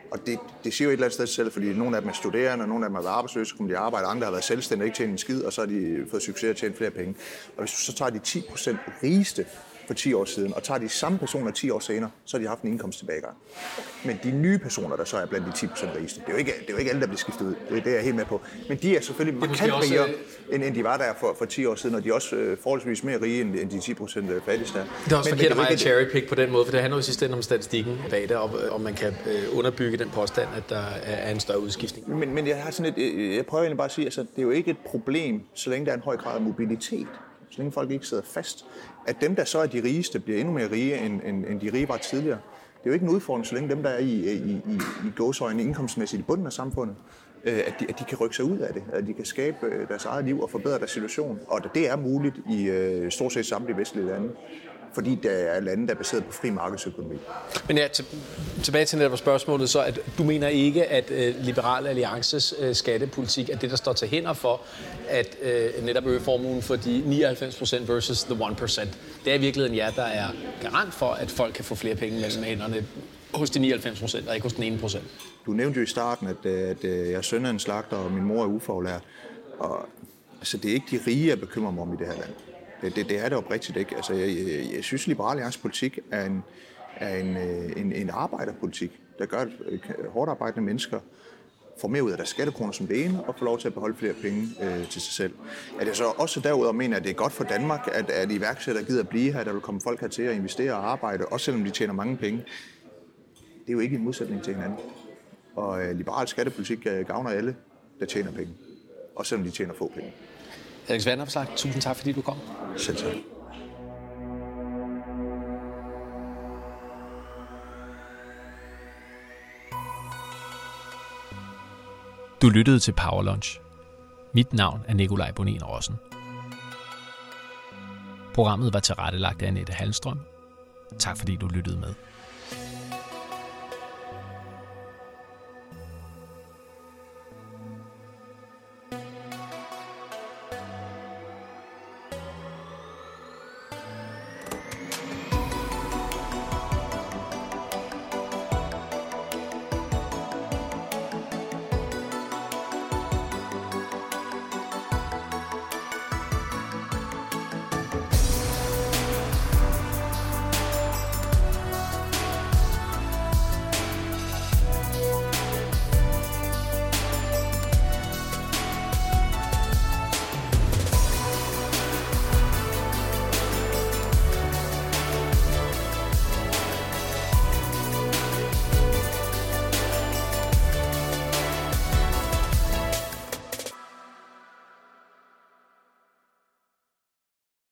Og det, det siger jo et eller andet sted selv, fordi nogle af dem er studerende, og nogle af dem har været arbejdsløse, så kommer de arbejde, andre har været selvstændige, ikke tjent en skid, og så har de fået succes og tjent flere penge. Og hvis du så tager de ti procent rigeste for ti år siden, og tager de samme personer ti år senere, så har de haft en indkomsttilbagegang. Men de nye personer, der så er blandt de ti procent rigeste, det er jo ikke, det er jo ikke alle, der bliver skiftet ud. Det er det, jeg er helt med på. Men de er selvfølgelig markant også rigere, end, end de var der for, for ti år siden, og de er også øh, forholdsvis mere rige, end, end de ti procent fattigste er. Det er også men, forkert af mig at cherrypick på den måde, for det handler jo i sidste ende om statistikken bag det, og om man kan øh, underbygge den påstand, at der er en større udskiftning. Men, men jeg har sådan et, jeg prøver egentlig bare at sige, at altså, det er jo ikke et problem, så længe der er en høj grad af mobilitet. Så længe folk ikke sidder fast. At dem, der så er de rigeste, bliver endnu mere rige, end, end, end de rige var tidligere. Det er jo ikke en udfordring, så længe dem, der er i, i, i, i gåseøjne indkomstmæssigt i bunden af samfundet, at de, at de kan rykke sig ud af det, at de kan skabe deres eget liv og forbedre deres situation. Og det er muligt i uh, stort set samtlige vestlige lande, fordi der er lande, der er baseret på fri markedsøkonomi. Men ja, tilbage til netop spørgsmålet, så at du mener ikke, at uh, Liberal Alliances uh, skattepolitik er det, der står til hænder for at uh, netop øge formuen for de nioghalvfems procent versus the one percent. Det er i virkeligheden jer, der er garant for, at folk kan få flere penge mellem hænderne hos de nioghalvfems procent, og ikke hos den ene procent. Du nævnte jo i starten, at, at jeg er søn af en slagter, og min mor er ufaglært. Og altså, det er ikke de rige, jeg bekymrer mig om i det her land. Det, det, det er det oprigtigt ikke. Altså, jeg, jeg, jeg synes, at Liberal Alliances politik er en, er en, en, en arbejderpolitik, der gør, at hårdt arbejdende mennesker får mere ud af deres skattekroner som det ene, og får lov til at beholde flere penge øh, til sig selv. At jeg så også derudover mener, at det er godt for Danmark, at, at iværksættere gider at blive her, der vil komme folk her til at investere og arbejde, også selvom de tjener mange penge. Det er jo ikke en modsætning til hinanden. Og øh, liberal skattepolitik øh, gavner alle, der tjener penge, også selvom de tjener få penge. Alex Vanopslagh, tusind tak, fordi du kom. Selv tak. Du lyttede til Power Lunch. Mit navn er Nikolaj Bonin Rossen. Programmet var tilrettelagt af Annette Halmstrøm. Tak fordi du lyttede med.